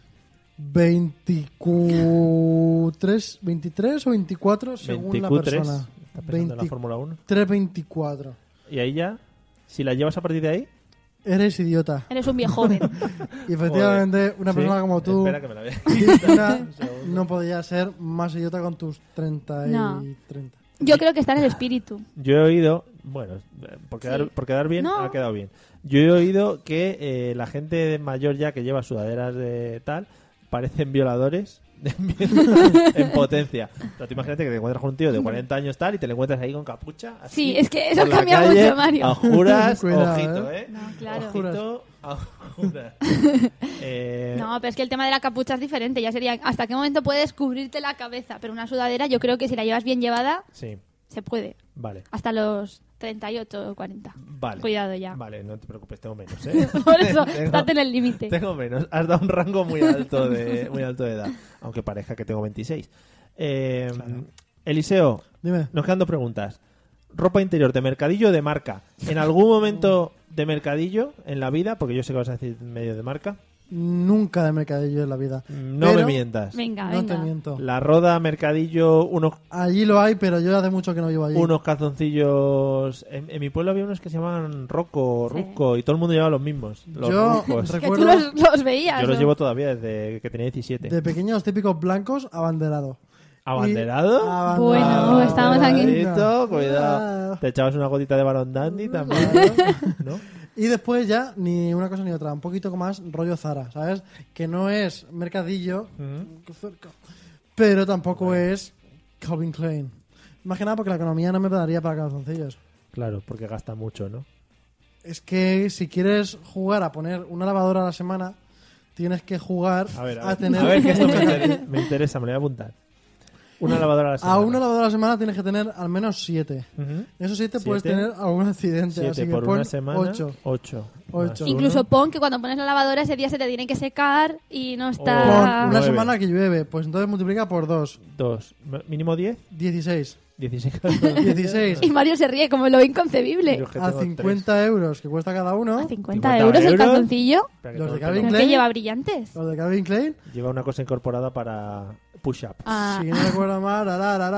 23 o 24 según la 23. persona. ¿Estás pensando en la Fórmula 1? 23-24. Y ahí ya, si la llevas a partir de ahí... Eres idiota. Eres un viejo joven. Y efectivamente, una Sí, persona como tú, Espera que me la vea. Cristina, no podía ser más idiota con tus 30 No. y 30. Yo creo que está en el espíritu. Yo he oído, bueno, por quedar bien, No. ha quedado bien. Yo he oído que la gente mayor ya que lleva sudaderas de tal, parecen violadores en potencia. Pero tú imagínate que te encuentras con un tío de 40 años tal y te lo encuentras ahí con capucha. Así, Sí, es que eso por la cambia calle, mucho, Mario. A juras, Cuidado, ojito, ¿eh? No, claro. Ojito, a juras. No, pero es que el tema de la capucha es diferente. Ya sería hasta qué momento puedes cubrirte la cabeza. Pero una sudadera, yo creo que si la llevas bien llevada, Sí, se puede. vale. Hasta los 38 o 40. Vale. Cuidado ya. Vale, no te preocupes, tengo menos, ¿eh? Por eso, Tengo- estate en el límite. Tengo menos. Has dado un rango muy alto de edad. Aunque parezca que tengo 26. Eliseo, Dime. nos quedan 2 preguntas. Ropa interior, ¿de mercadillo o de marca? ¿En algún momento de mercadillo en la vida? Porque yo sé que vas a decir medio de marca. Nunca de mercadillo en la vida. No Pero me mientas. Venga, No venga. te miento. La Roda, mercadillo, unos Allí lo hay, pero yo hace mucho que no vivo allí. calzoncillos. En mi pueblo había unos que se llamaban Rocco, Sí. Rusco, y todo el mundo llevaba los mismos. Los Yo Ruscos. Que tú recuerdo los veías. Yo los ¿no? llevo todavía desde que tenía 17. de pequeños típicos blancos abanderado. ¿Abanderado? Abanderado. Bueno, estamos aquí. Cuidado, cuidado. Ah. Te echabas una gotita de Baron Dandy también, ¿no? Y después ya, ni una cosa ni otra, un poquito más rollo Zara, ¿sabes? Que no es mercadillo, cerca, pero tampoco es Calvin Klein. Más que nada porque la economía no me daría para calzoncillos. Claro, porque gasta mucho, ¿no? Es que si quieres jugar a poner una lavadora a la semana, tienes que jugar A ver, tener que esto mucha me interesa, me lo voy a apuntar. Una lavadora a la semana. A una lavadora a la semana tienes que tener al menos 7. Ujú. Esos 7 puedes 7. tener algún accidente. 7 así que por pon una semana. 8. 8. Ocho. Incluso pon que cuando pones la lavadora ese día se te tiene que secar y no Pon está... una 9. semana que llueve, pues entonces multiplica por 2. 2. ¿Mínimo 10? 16. 16. 16. Y Mario se ríe como lo inconcebible. Yo es que A tengo 50 euros que cuesta cada uno. ¿A 50 50 euros el euros. calzoncillo? Espera, que Los de tengo el Calvin pelo. ¿Pero Klein. qué lleva brillantes? Los de Calvin Klein. Lleva una cosa incorporada para push-up. Ah, Si no recuerdo mal,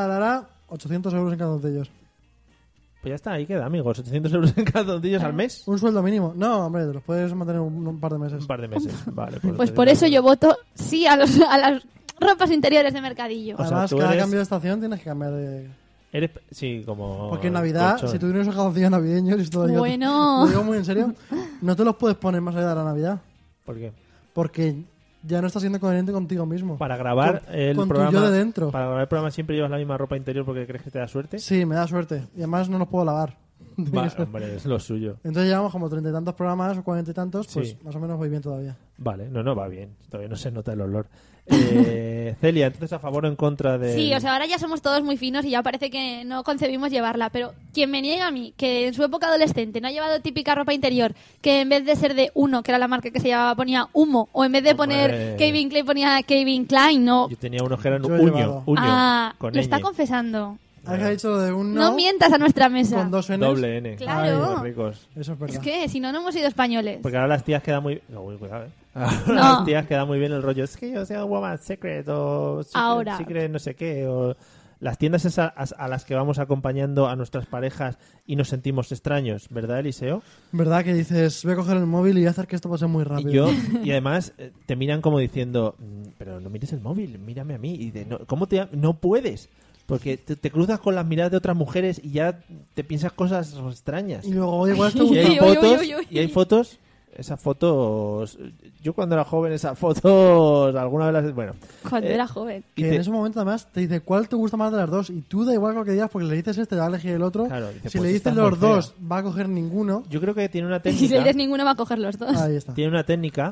800 euros en calzoncillos. Pues ya está, ahí queda, amigos. 800 euros en calzoncillos al mes. Un sueldo mínimo. No, hombre, te los puedes mantener un par de meses. Un par de meses. Vale, pues por eso yo voto sí a las ropas interiores de mercadillo. O sea, Además, tú cada eres- cambio de estación tienes que cambiar de... Sí, como... Porque en Navidad, colchón. si tú tienes esos calzoncillos navideños y esto de Bueno. Lo digo muy en serio, no te los puedes poner más allá de la Navidad. ¿Por qué? Porque ya no estás siendo coherente contigo mismo. Para grabar el con tu programa... yo de dentro. Para grabar el programa siempre llevas la misma ropa interior porque crees que te da suerte. Sí, me da suerte. Y además no los puedo lavar. Va, hombre, es lo suyo. Entonces llevamos como 30 y tantos programas o 40 y tantos, pues Sí. más o menos voy bien todavía. Vale, no, va bien. Todavía no se nota el olor. Celia, entonces a favor o en contra de... Sí, o sea, ahora ya somos todos muy finos y ya parece que no concebimos llevarla, pero quien me niega a mí que en su época adolescente no ha llevado típica ropa interior, que en vez de ser de Uno, que era la marca que se llamaba, ponía Humo, o en vez de poner Hombre. Calvin Klein ponía Calvin Klein, no. Yo tenía unos que eran Yo he uño, llevado. con lo está ñ. confesando. ¿Has dicho lo de un No mientas a nuestra mesa. con 2 N's? Doble N. Claro. Ay, qué ricos. Eso es verdad. Es que si no, no hemos sido españoles. Porque ahora las tías quedan muy... No, cuidado, Ahora No. las tías quedan muy bien el rollo. Es que yo sea Woman Secret o Ahora. Secret no sé qué. O... Las tiendas esas a las que vamos acompañando a nuestras parejas y nos sentimos extraños, ¿verdad, Eliseo? ¿Verdad que dices, voy a coger el móvil y voy a hacer que esto pase muy rápido? Y además te miran como diciendo, pero no mires el móvil, mírame a mí. Y de, no, ¿cómo no puedes? Porque te cruzas con las miradas de otras mujeres y ya te piensas cosas extrañas. Y luego, oye, igual te Y gusta. hay Uy, uy, fotos, uy, uy. y hay fotos, esas fotos, yo cuando era joven esas fotos, alguna vez las... Bueno, Cuando era joven. y Que te- en ese momento además te dice cuál te gusta más de las dos y tú da igual lo que digas porque le dices este va a elegir el otro. Claro, dice, si pues le esta dices es muy los fea. dos va a coger ninguno. yo creo que tiene una Y si le técnica, dices ninguno va a coger los dos. Ahí está. tiene una técnica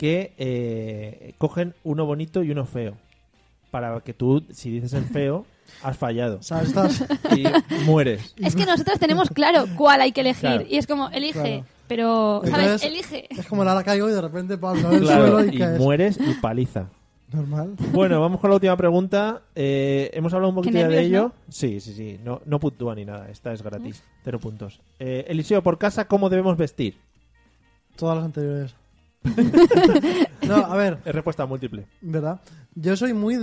que cogen uno bonito y uno feo, para que tú, si dices el feo, has fallado O sea, estás... y mueres. Es que nosotros tenemos claro cuál hay que elegir. Claro. Y es como, elige. Claro. Pero, ¿sabes? Entonces, Elige. Es como la caigo y de repente pasas el Claro, suelo y y caes. mueres y paliza. Normal. Bueno, vamos con la última pregunta. Hemos hablado un poquito Qué ya de nervios, ello. ¿no? Sí. No puntúa ni nada. Esta es gratis. 0 puntos. Eliseo, por casa, ¿cómo debemos vestir? Todas las anteriores. No, a ver, Es respuesta múltiple. ¿verdad? Yo soy muy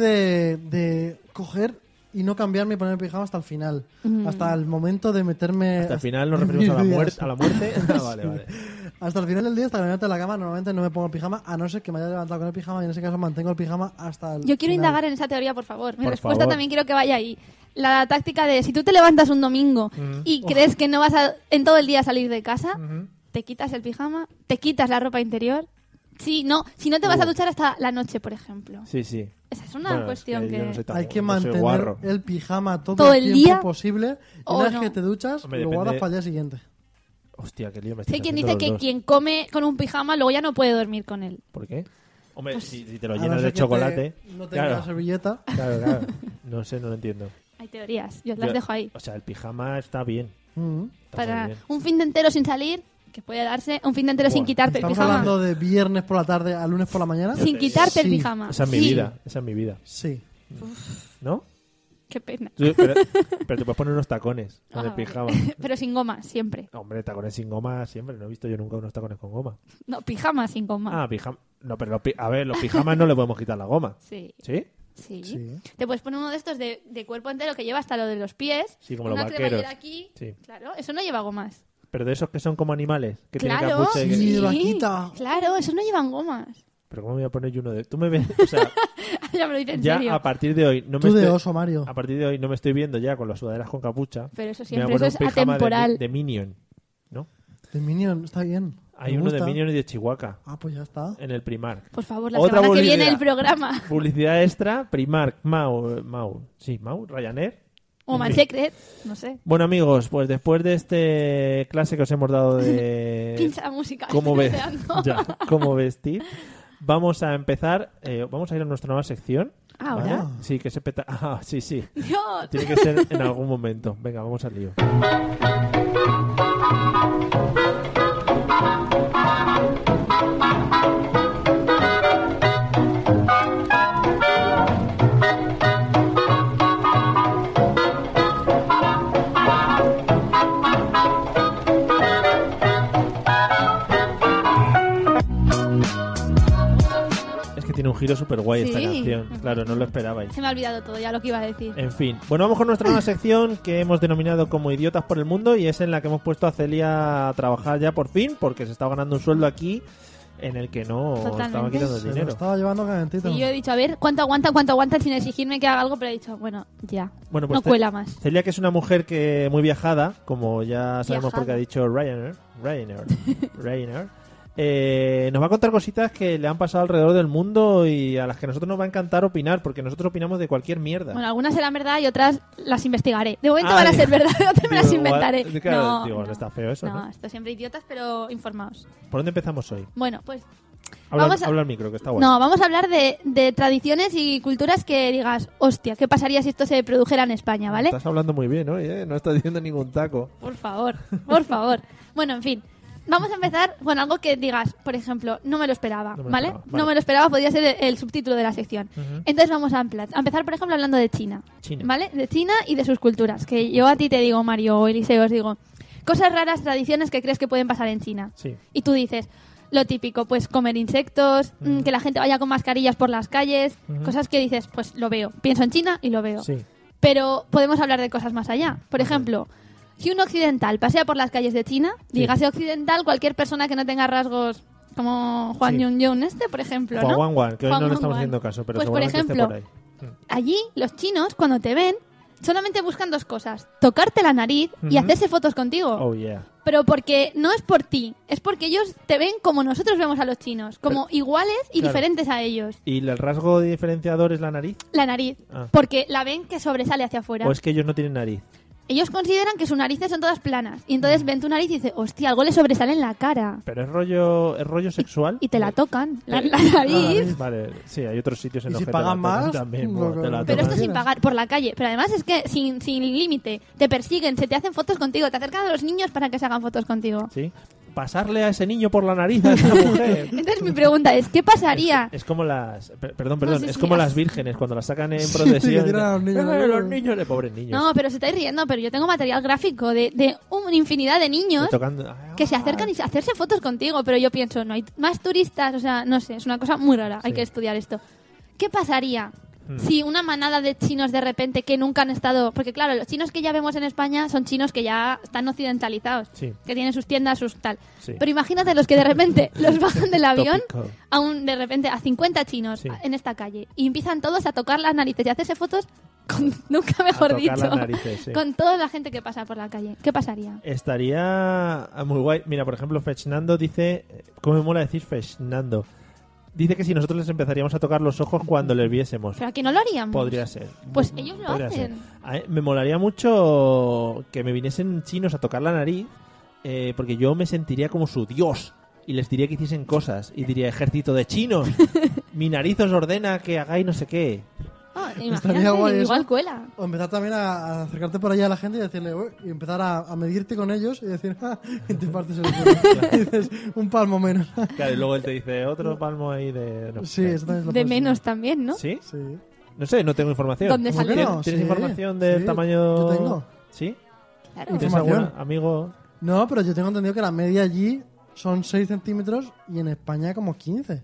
de coger y no cambiarme y poner pijama hasta el final. Hasta el momento de meterme... Hasta el final nos referimos a la, mis muerte, días. a la muerte. Ah, vale. Hasta el final del día, hasta que me levanto de la cama, normalmente no me pongo el pijama, a no ser que me haya levantado con el pijama y en ese caso mantengo el pijama hasta el Yo quiero final. indagar en esa teoría, por favor. Mi Por respuesta favor. también quiero que vaya ahí. La táctica de si tú te levantas un domingo y crees que no vas a en todo el día salir de casa, te quitas el pijama, te quitas la ropa interior. Si no te vas a duchar hasta la noche, por ejemplo. Sí. Esa es una Bueno, cuestión es que yo que... no soy tan- Hay que no soy mantener guarro. el pijama todo, ¿Todo el el tiempo día? posible y ¿O una vez no? que te duchas, Hombre, lo depende- guardas para el día siguiente. Hostia, qué lío me Si estás hay quien haciendo dice los que dos. quien come con un pijama luego ya no puede dormir con él. ¿Por qué? Hombre, si te lo A no llenas ser de que chocolate... no tengas claro, servilleta. claro. No sé, no lo entiendo. Hay teorías, yo las Yo- dejo ahí. O sea, el pijama está bien. Mm. Está Para muy bien. un fin de entero sin salir, que puede darse, un fin de entero sin Buah, quitarte el Estamos pijama. hablando de viernes por la tarde a lunes por la mañana. Sin quitarte el Sí. pijama. Esa es mi Sí. vida, esa es mi vida. Sí. ¿No? Qué pena. Pero te puedes poner unos tacones con el Ah, vale. pijama. Pero sin goma, siempre. Hombre, tacones sin goma siempre. No he visto yo nunca unos tacones con goma. No, pijama sin goma. Ah, pijama. No, pero a ver, los pijamas no le podemos quitar la goma. Sí. ¿Sí? Sí. Sí. Te puedes poner uno de estos de cuerpo entero que lleva hasta lo de los pies. Sí, como una los vaqueros. cremallera aquí. Sí. Claro, eso no lleva gomas. Pero de esos que son como animales, que tienen Claro, capucha y que- Sí, vaquita. Claro, esos no llevan gomas. Pero ¿cómo me voy a poner yo uno de...? Tú me ves... O sea, Ya me lo dices en ya serio. a partir de hoy... No me Tú de estoy- oso, Mario. A partir de hoy no me estoy viendo ya con las sudaderas con capucha. Pero eso Me voy a siempre, poner eso es un pijama atemporal. de Minion, ¿no? De Minion, está bien. Hay Me uno de gusta. Minion y de Chihuahua Ah, pues ya está. en el Primark. Por favor, la Otra semana que publicidad. viene el programa. Publicidad extra, Primark, Mau, Ryanair. Woman Secret, no sé. Bueno, amigos, pues después de este clase que os hemos dado de Pincha la música. cómo, estoy ve- deseando. ya, cómo vestir, Vamos a empezar. Vamos a ir a nuestra nueva sección. ¿Ahora? ¿Vale? Sí, que se peta. Ah, sí. Dios. Tiene que ser en algún momento. Venga, vamos al lío. Tiene un giro súper guay esta canción. Claro, no lo esperabais. Se me ha olvidado todo ya lo que iba a decir. En fin. Bueno, vamos con nuestra nueva sección que hemos denominado como Idiotas por el Mundo y es en la que hemos puesto a Celia a trabajar ya por fin porque se estaba ganando un sueldo aquí en el que no estaba quitando Se dinero. lo estaba llevando calentito. Y yo he dicho, a ver, ¿cuánto aguanta sin exigirme que haga algo? Pero he dicho, bueno, ya. Bueno, pues no cuela más. Celia, que es una mujer que muy viajada, como ya sabemos porque ha dicho Ryanair, nos va a contar cositas que le han pasado alrededor del mundo y a las que a nosotros nos va a encantar opinar, porque nosotros opinamos de cualquier mierda. Bueno, algunas serán verdad y otras las investigaré. De momento van a ser verdad y otras me las inventaré. Claro, no está feo eso, ¿no? No, esto siempre idiotas, pero informados. ¿Por dónde empezamos hoy? Bueno, pues... Habla al micro, que está guay. No, vamos a hablar de tradiciones y culturas que digas, hostia, ¿qué pasaría si esto se produjera en España, ¿vale? Estás hablando muy bien hoy, ¿eh? No estás diciendo ningún taco. Por favor. Bueno, en fin. Vamos a empezar con algo que digas, por ejemplo, no me lo esperaba, ¿vale? No me lo esperaba, podría ser el subtítulo de la sección. Entonces vamos a empezar, por ejemplo, hablando de China, ¿vale? De China y de sus culturas. Que yo a ti te digo, Mario o Eliseo, os digo, cosas raras, tradiciones que crees que pueden pasar en China. Sí. Y tú dices, lo típico, pues comer insectos, que la gente vaya con mascarillas por las calles, cosas que dices, pues lo veo. Pienso en China y lo veo. Sí. Pero podemos hablar de cosas más allá. Por ejemplo... Si un occidental pasea por las calles de China, dígase occidental, cualquier persona que no tenga rasgos como Juan Yun por ejemplo, ¿no? Juan, que hoy no le estamos haciendo caso, pero pues por ejemplo, esté por ahí. Allí los chinos, cuando te ven, solamente buscan dos cosas. Tocarte la nariz y hacerse fotos contigo. Oh, yeah. Pero porque no es por ti, es porque ellos te ven como nosotros vemos a los chinos, como iguales y diferentes a ellos. ¿Y el rasgo diferenciador es la nariz? La nariz, porque la ven que sobresale hacia afuera. ¿O es que ellos no tienen nariz? Ellos consideran que sus narices son todas planas. Y entonces ven tu nariz y dicen, hostia, algo le sobresale en la cara. ¿Pero es rollo sexual? Y te la tocan, la nariz. Vale, sí, hay otros sitios en los si que pagan te la más, también. Pero esto sin pagar, por la calle. Pero además es que sin límite. Te persiguen, se te hacen fotos contigo. Te acercan a los niños para que se hagan fotos contigo. Sí. Pasarle a ese niño por la nariz a esa mujer. Entonces mi pregunta es, ¿qué pasaría? Es como las... Perdón, No, sí, es sí, como las vírgenes cuando las sacan en procesión. Los niños, de pobres niños. No, pero se estáis riendo, pero yo tengo material gráfico de una infinidad de niños que se acercan y hacerse fotos contigo, pero yo pienso, no hay más turistas, o sea, no sé, es una cosa muy rara, hay que estudiar esto. ¿Qué pasaría si una manada de chinos de repente que nunca han estado... Porque claro, los chinos que ya vemos en España son chinos que ya están occidentalizados, que tienen sus tiendas, sus tal. Pero imagínate los que de repente los bajan del avión de repente a 50 chinos en esta calle y empiezan todos a tocar las narices y a hacerse fotos con, nunca mejor dicho, narices, con toda la gente que pasa por la calle. ¿Qué pasaría? Estaría muy guay. Mira, por ejemplo, Fechnando dice... ¿Cómo me mola decir Fechnando? Dice que si nosotros les empezaríamos a tocar los ojos cuando les viésemos. ¿Pero aquí no lo haríamos? Podría ser. Pues ellos lo hacen. Me molaría mucho que me viniesen chinos a tocar la nariz, porque yo me sentiría como su dios. Y les diría que hiciesen cosas. Y diría, ejército de chinos, mi nariz os ordena que hagáis no sé qué. Estaría guay igual eso. Cuela. O empezar también a acercarte por allá a la gente y decirle, "Uy", y empezar a medirte con ellos y decir, y te partes el culo. Y dices, un palmo menos. Claro, y luego él te dice, otro palmo ahí de... No, sí, eso también es lo de posible. menos también, ¿no? ¿Sí? Sí. No sé, no tengo información. ¿Dónde ¿Cómo que salió? no? ¿Tienes Sí, información del sí, tamaño...? yo tengo. ¿Sí? Claro. ¿Tienes Información. algún amigo...? No, pero yo tengo entendido que la media allí son 6 centímetros y en España como 15.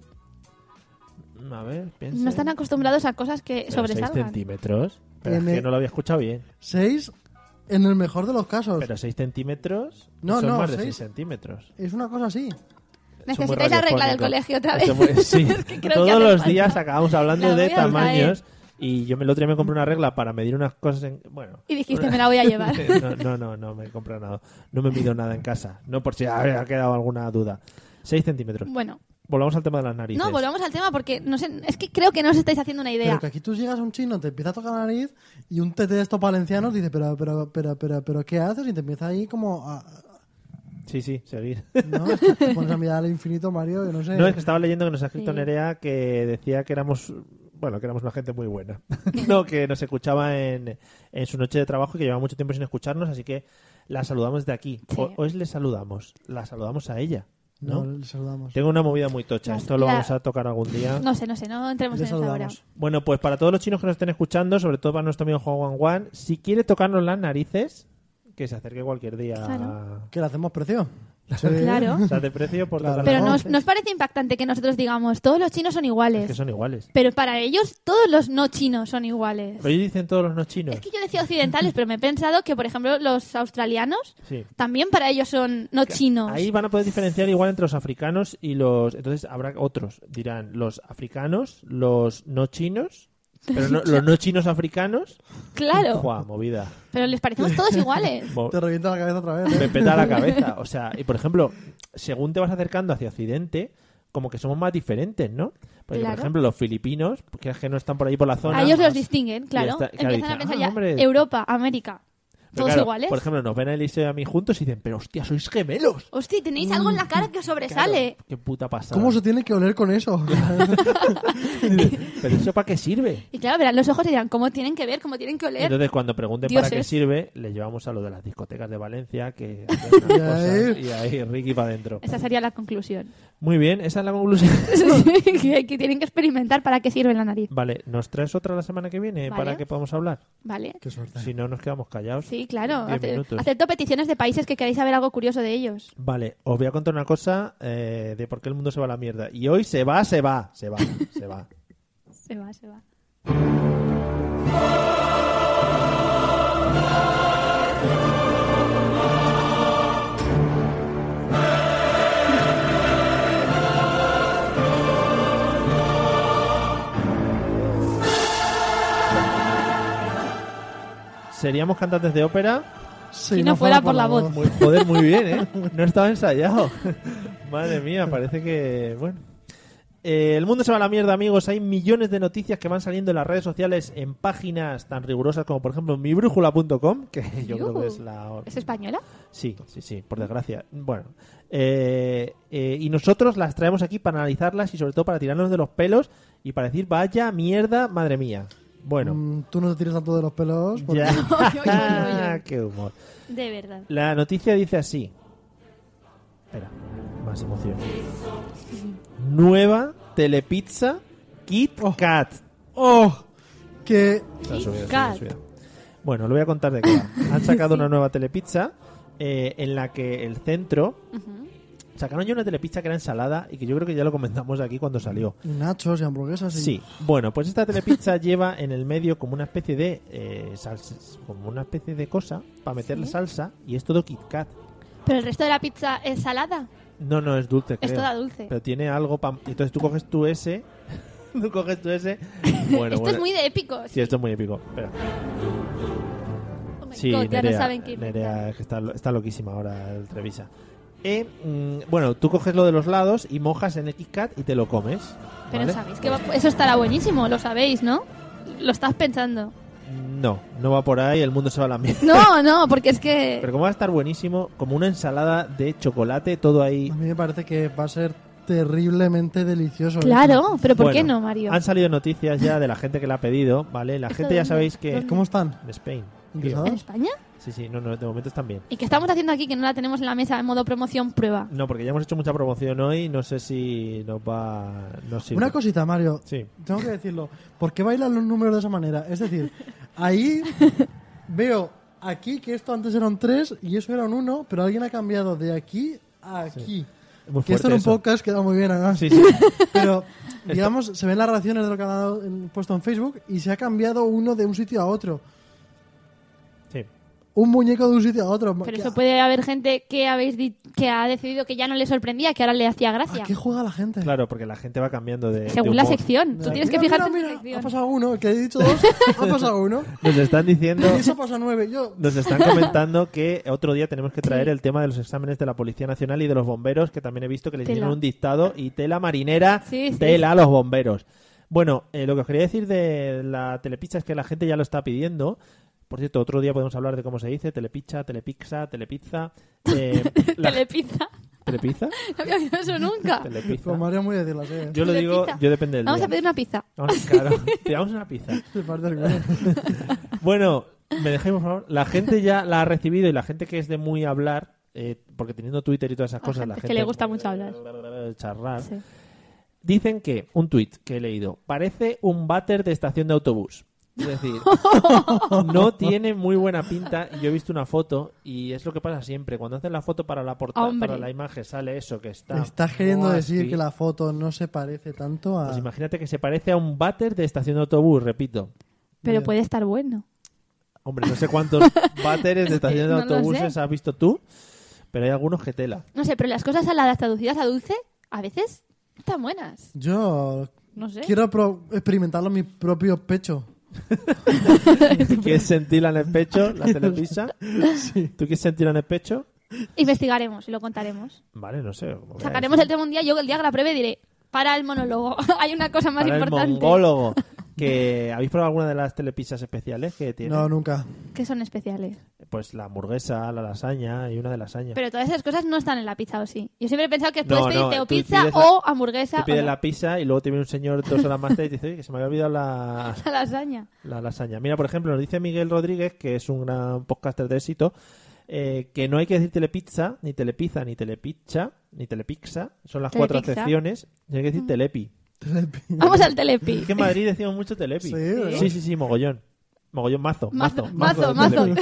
A ver, piensa. No están acostumbrados a cosas que ¿6 sobresalgan. centímetros? Pero es que no lo había escuchado bien. 6 en el mejor de los casos. Pero 6 centímetros No, son no, más de 6 6 centímetros. Es una cosa así. Necesitáis la regla del colegio otra vez. Sí, Es que creo que todos hace los falta. días acabamos hablando La de voy a tamaños. Y yo el otro día me compré una regla para medir unas cosas en... Bueno. Y dijiste, me la voy a llevar. No me he comprado nada. No me mido nada en casa. No por si ha quedado alguna duda. 6 centímetros. Bueno. Volvamos al tema de las narices. No, volvamos al tema porque no sé, es que creo que no os estáis haciendo una idea. Pero que aquí tú llegas a un chino, te empieza a tocar la nariz y un tete de estos valencianos dice, pero ¿qué haces? Y te empieza ahí como a Sí, seguir. No, es que te pones a mirar al infinito, Mario, yo no sé. No, es que estaba leyendo que nos ha escrito Sí. Nerea que decía que éramos una gente muy buena. No, que nos escuchaba en su noche de trabajo y que llevaba mucho tiempo sin escucharnos, así que la saludamos de aquí. Sí. Hoy le saludamos. La saludamos a ella, ¿no? No, le saludamos. Tengo una movida muy tocha. Esto lo vamos a tocar algún día. No sé, no entremos Le en eso ahora. saludamos. Bueno, pues para todos los chinos que nos estén escuchando, sobre todo para nuestro amigo Juan Juan, si quiere tocarnos las narices, que se acerque cualquier día. Claro. ¿Que le hacemos precio? Sí. Claro. O sea, de precio por Claro. tocar Pero las nos parece impactante que nosotros digamos, todos los chinos son iguales. Es que son iguales. Pero para ellos, todos los no chinos son iguales. Pero ellos dicen todos los no chinos. Es que yo decía occidentales, pero me he pensado que, por ejemplo, los australianos Sí. también para ellos son no chinos. Ahí van a poder diferenciar igual entre los africanos y los... Entonces habrá otros. Dirán los africanos, los no chinos, pero los no chinos africanos. Claro, ¡Jua, movida! pero les parecemos todos iguales. Te revienta la cabeza otra vez. ¿eh? Me peta la cabeza. O sea, y por ejemplo, según te vas acercando hacia Occidente, como que somos más diferentes, ¿no? Porque, Claro. por ejemplo, los filipinos, que es que no están por ahí por la zona... A ellos los distinguen, claro. está- claro, Empiezan a dicen, pensar ya hombre. Europa, América, Pero todos claro, iguales. Por ejemplo, nos ven a Eliseo y a mí juntos y dicen, pero hostia, sois gemelos. Hostia, tenéis algo en la cara que os sobresale. Qué puta pasada. ¿Cómo se tiene que oler con eso? ¿Pero eso para qué sirve? Y claro, verán los ojos y dirán, ¿cómo tienen que ver? ¿Cómo tienen que oler? Entonces, cuando pregunten Dioses. para qué sirve, le llevamos a lo de las discotecas de Valencia, que hacen unas Y cosas, ahí- y ahí Ricky para adentro. Esa sería la conclusión. Muy bien, esa es la conclusión. que tienen que experimentar para qué sirve la nariz. Vale, ¿nos traes otra la semana que viene Vale. para que podamos hablar? ¿Vale? Qué suerte. Si no, nos quedamos callados. Sí, claro. 10 minutos. Acepto peticiones de países que queráis saber algo curioso de ellos. Vale, os voy a contar una cosa de por qué el mundo se va a la mierda. Y hoy se va. Se va. ¿Seríamos cantantes de ópera? Si no fuera por la voz. Joder, muy bien, ¿eh? No estaba ensayado. Madre mía, parece que... Bueno. El mundo se va a la mierda, amigos. Hay millones de noticias que van saliendo en las redes sociales en páginas tan rigurosas como, por ejemplo, mibrújula.com, que yo creo que es la... ¿Es española? Sí, por desgracia. Bueno, y nosotros las traemos aquí para analizarlas y sobre todo para tirarnos de los pelos y para decir, vaya mierda, madre mía. Bueno, Tú no te tires tanto de los pelos. Porque... ya. Qué humor. De verdad. La noticia dice así. Espera, más emoción. Nueva telepizza Kit Kat. ¡Oh! Que... Se ha subido, Kat. se ha subido. Bueno, lo voy a contar de qué va. Han sacado una nueva telepizza en la que el centro... Sacaron ya una telepizza que era ensalada y que yo creo que ya lo comentamos aquí cuando salió. Y nachos y hamburguesas. Y... Sí, bueno, pues esta telepizza lleva en el medio como una especie de salsa, como una especie de cosa para meterle salsa y es todo Kit Kat. ¿Pero el resto de la pizza es salada? No, es dulce, creo. Es toda dulce. Pero tiene algo para... Entonces tú coges tu S... Bueno, Esto es muy de épicos. Sí, esto es muy épico. Espera. Oh my Sí, God, ya Nerea, no saben qué Nerea, que está loquísima ahora el Trevisa. Bueno, tú coges lo de los lados y mojas en el Kit Kat y te lo comes. Pero ¿vale? sabéis que eso estará buenísimo, lo sabéis, ¿no? Lo estás pensando. No va por ahí, el mundo se va a la mierda. No, porque es que... Pero como va a estar buenísimo, como una ensalada de chocolate, todo ahí. A mí me parece que va a ser terriblemente delicioso. Claro, pero ¿por qué Bueno, no, Mario? Han salido noticias ya de la gente que la ha pedido, ¿vale? La ¿Esto gente ya dónde? sabéis que... ¿Cómo están? En Spain. ¿Interesados? ¿En España? Sí, no, de momento están bien. ¿Y qué estamos haciendo aquí que no la tenemos en la mesa en modo promoción prueba? No, porque ya hemos hecho mucha promoción hoy, no sé si nos sirve. Una cosita, Mario. Sí. Tengo que decirlo. ¿Por qué bailan los números de esa manera? Es decir, ahí veo aquí que esto antes era un 3 y eso era un 1, pero alguien ha cambiado de aquí a aquí. Muy Que esto fuerte en un eso. podcast queda muy bien, además. Sí. Pero, digamos, se ven las reacciones de lo que han dado puesto en Facebook y se ha cambiado uno de un sitio a otro. Sí. Un muñeco de un sitio a otro. Pero ¿Qué- eso puede haber gente que que ha decidido que ya no le sorprendía, que ahora le hacía gracia. ¿A qué juega la gente? Claro, porque la gente va cambiando de Según de la humor. sección. Tú Mira, tienes que mira, fijarte mira, en la ha sección. pasado uno, el que he dicho 2, ha pasado uno. Nos están diciendo... Y eso pasa 9. Yo... Nos están comentando que otro día tenemos que traer el tema de los exámenes de la Policía Nacional y de los bomberos, que también he visto que les Tela. dieron un dictado y tela marinera, Sí, sí. tela a los bomberos. Bueno, lo que os quería decir de la telepizza es que la gente ya lo está pidiendo, Por cierto, otro día podemos hablar de cómo se dice, telepizza, telepizza, telepizza. Telepizza. ¿Telepizza? No había oído eso nunca. Telepizza. Pues Mario muy decirlo así. Yo lo digo, Telepizza. yo depende del Vamos día. a pedir una pizza. Claro, pidamos una pizza. Se parte el culo. Bueno, ¿me dejáis, por favor? La gente ya la ha recibido y la gente que es de muy hablar, porque teniendo Twitter y todas esas cosas, gente la que gente le gusta mucho hablar. Charrar. Sí. Dicen que, un tuit que he leído, parece un váter de estación de autobús. Es decir, no tiene muy buena pinta. Y yo he visto una foto y es lo que pasa siempre. Cuando hacen la foto para la portada, Hombre. para la imagen, sale eso que está. Estás queriendo muy decir así. que la foto no se parece tanto a... Pues imagínate que se parece a un váter de estación de autobús, repito. Pero Bien. puede estar bueno. Hombre, no sé cuántos váteres de estaciones de No lo autobuses sé. has visto tú, pero hay algunos que tela. No sé, pero las cosas saladas traducidas a dulce a veces están buenas. Yo No sé. quiero experimentarlo en mi propio pecho. ¿Tú quieres sentirla en el pecho, la telepizza? ¿Tú quieres sentirla en el pecho? Investigaremos y lo contaremos. Vale, no sé. Sacaremos el tema un día. Yo el día que la pruebe diré, para el monólogo. Hay una cosa más Para el importante. mongólogo. Que, ¿habéis probado alguna de las telepizzas especiales que tiene? No, nunca. Que son especiales. Pues la hamburguesa, la lasaña y una de lasaña. Pero todas esas cosas no están en la pizza, ¿o sí? Yo siempre he pensado que No, puedes pedirte no, o tú pizza pides o hamburguesa Te pide o la pizza y luego te viene un señor 2 horas más tarde y te dice, oye, que se me había olvidado la lasaña. lasaña. Mira, por ejemplo, nos dice Miguel Rodríguez, que es un gran podcaster de éxito, que no hay que decir telepizza, ni telepizza, ni telepizza, ni telepizza. Son las 4 Telepizza. acepciones. Y hay que decir telepi. Vamos al telepi. Es que en Madrid decimos mucho telepi. Sí, ¿verdad? Sí, mogollón. Mogollón, mazo. Mazo. Telepi.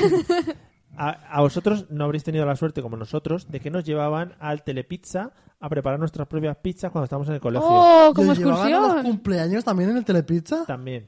A vosotros no habréis tenido la suerte, como nosotros, de que nos llevaban al Telepizza a preparar nuestras propias pizzas cuando estábamos en el colegio. ¡Oh, como ¿Los llevaban a los excursión! cumpleaños también en el Telepizza? También.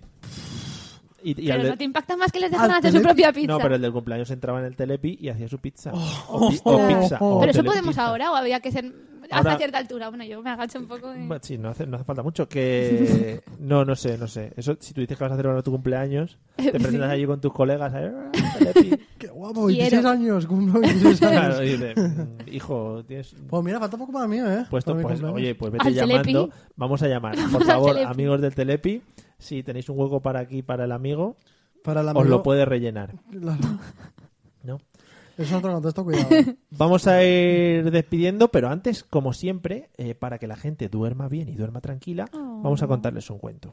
Y Pero al no de- te impacta más que les dejan al hacer su telepi- propia pizza. No, pero el del cumpleaños entraba en el Telepi y hacía su pizza. oh, o pizza. o Pero eso telepizza. podemos ahora o había que ser Ahora- hasta cierta altura. Bueno, yo me agacho un poco. Bueno, sí, no hace falta mucho. Que no sé. Eso, si tú dices que vas a hacer ahora tu cumpleaños, te presentas allí con tus colegas. Telepi. ¡Qué guapo! 26 Quiero. años, cumplo 26 años. Claro, y dice, hijo, tienes Pues mira, falta poco para mí, ¿eh? puesto, Para mi pues, cumpleaños. oye, pues vete Al llamando. Telepi. Vamos a llamar. Vamos Por al favor, Telepi. amigos del Telepi, si tenéis un hueco para aquí, para el amigo, Para el os amigo... lo puede rellenar. Claro. ¿No? Es otro contexto, cuidado. Vamos a ir despidiendo, pero antes, como siempre, para que la gente duerma bien y duerma tranquila, vamos a contarles un cuento.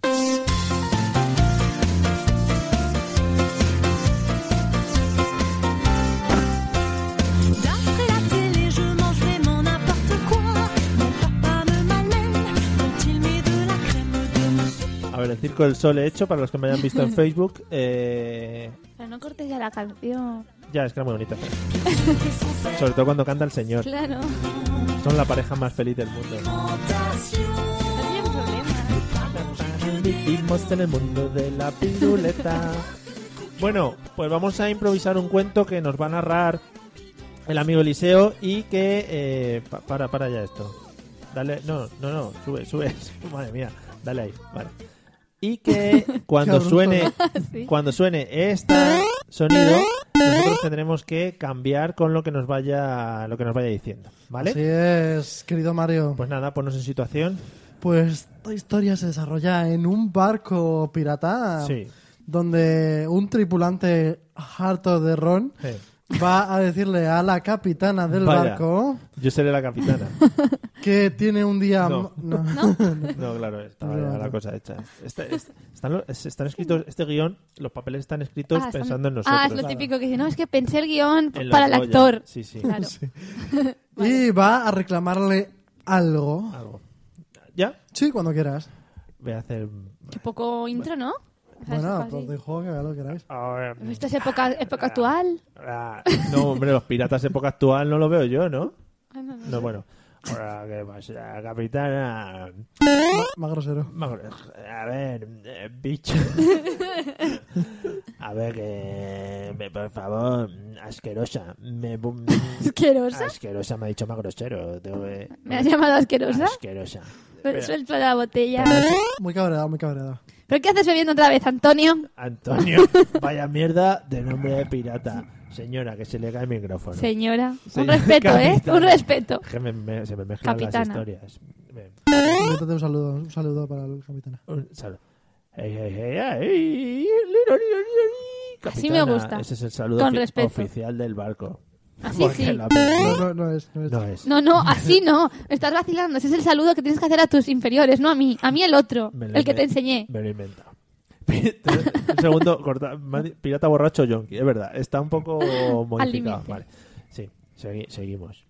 D'après la télé, je mange vraiment n'importe quoi. Mon papa me malmène quand il met de la crème de mousse. A ver, el Circo del Sol he hecho, para los que me hayan visto en Facebook. Pero no cortes ya la canción. Ya, es que era muy bonito. Sobre todo cuando canta el señor. Claro. Son la pareja más feliz del mundo. No tienen problema. Vivimos en el mundo de la piruleta. Bueno, pues vamos a improvisar un cuento que nos va a narrar el amigo Eliseo y que... para ya esto. Dale, no, sube. Madre mía, dale ahí, vale. Y que cuando Cabrón. suene Sí. cuando suene este sonido, nosotros tendremos que cambiar con lo que nos vaya diciendo, ¿vale? Así es, querido Mario. Pues nada, ponnos en situación. Pues esta historia se desarrolla en un barco pirata Sí. donde un tripulante harto de ron Sí. va a decirle a la capitana del Vaya. barco Yo seré la capitana. que tiene un día... No. no. No, claro, estaba ya la cosa hecha. Están escritos, este guión, los papeles están escritos Ah, están- pensando en nosotros. Ah, es lo típico que dice, no, es que pensé el guión En los para el Goya. actor. Sí, sí. Claro. Y va a reclamarle algo. Algo. ¿Ya? Sí, cuando quieras. Voy a hacer... Qué poco intro, ¿no? O sea, Bueno, es pues así. dejo que haga lo que queráis. Esto es época actual. No, hombre, los piratas época actual no lo veo yo, ¿no? Ah, no, no. No, bueno. Ahora, ¿qué pasa, capitana? Más grosero. A ver, bicho. A ver, por favor, asquerosa. ¿Asquerosa? Asquerosa, me ha dicho más grosero. ¿Me has llamado asquerosa? Asquerosa. Suelto la botella. Muy cabreado, muy cabreado. ¿Pero qué haces bebiendo otra vez, Antonio? Antonio, vaya mierda de nombre de pirata. Señora, que se le cae el micrófono. Señora. Un Señora respeto, ¿eh? capitana. Un respeto. Que se me mezclan Capitana. las historias. Bien. Métete un saludo para el capitana. Un saludo. Hey, hey, hey, hey. Así me gusta. Ese es el saludo Con respeto. oficial del barco. Así Porque sí. la- No es. No es. No, así no. Estás vacilando. Ese es el saludo que tienes que hacer a tus inferiores, no a mí. A mí el otro, Me lo el que inven- te enseñé. Me lo he inventado. Un segundo, pirata borracho yonki, es verdad, está un poco modificado. límite. Vale. Sí, seguimos.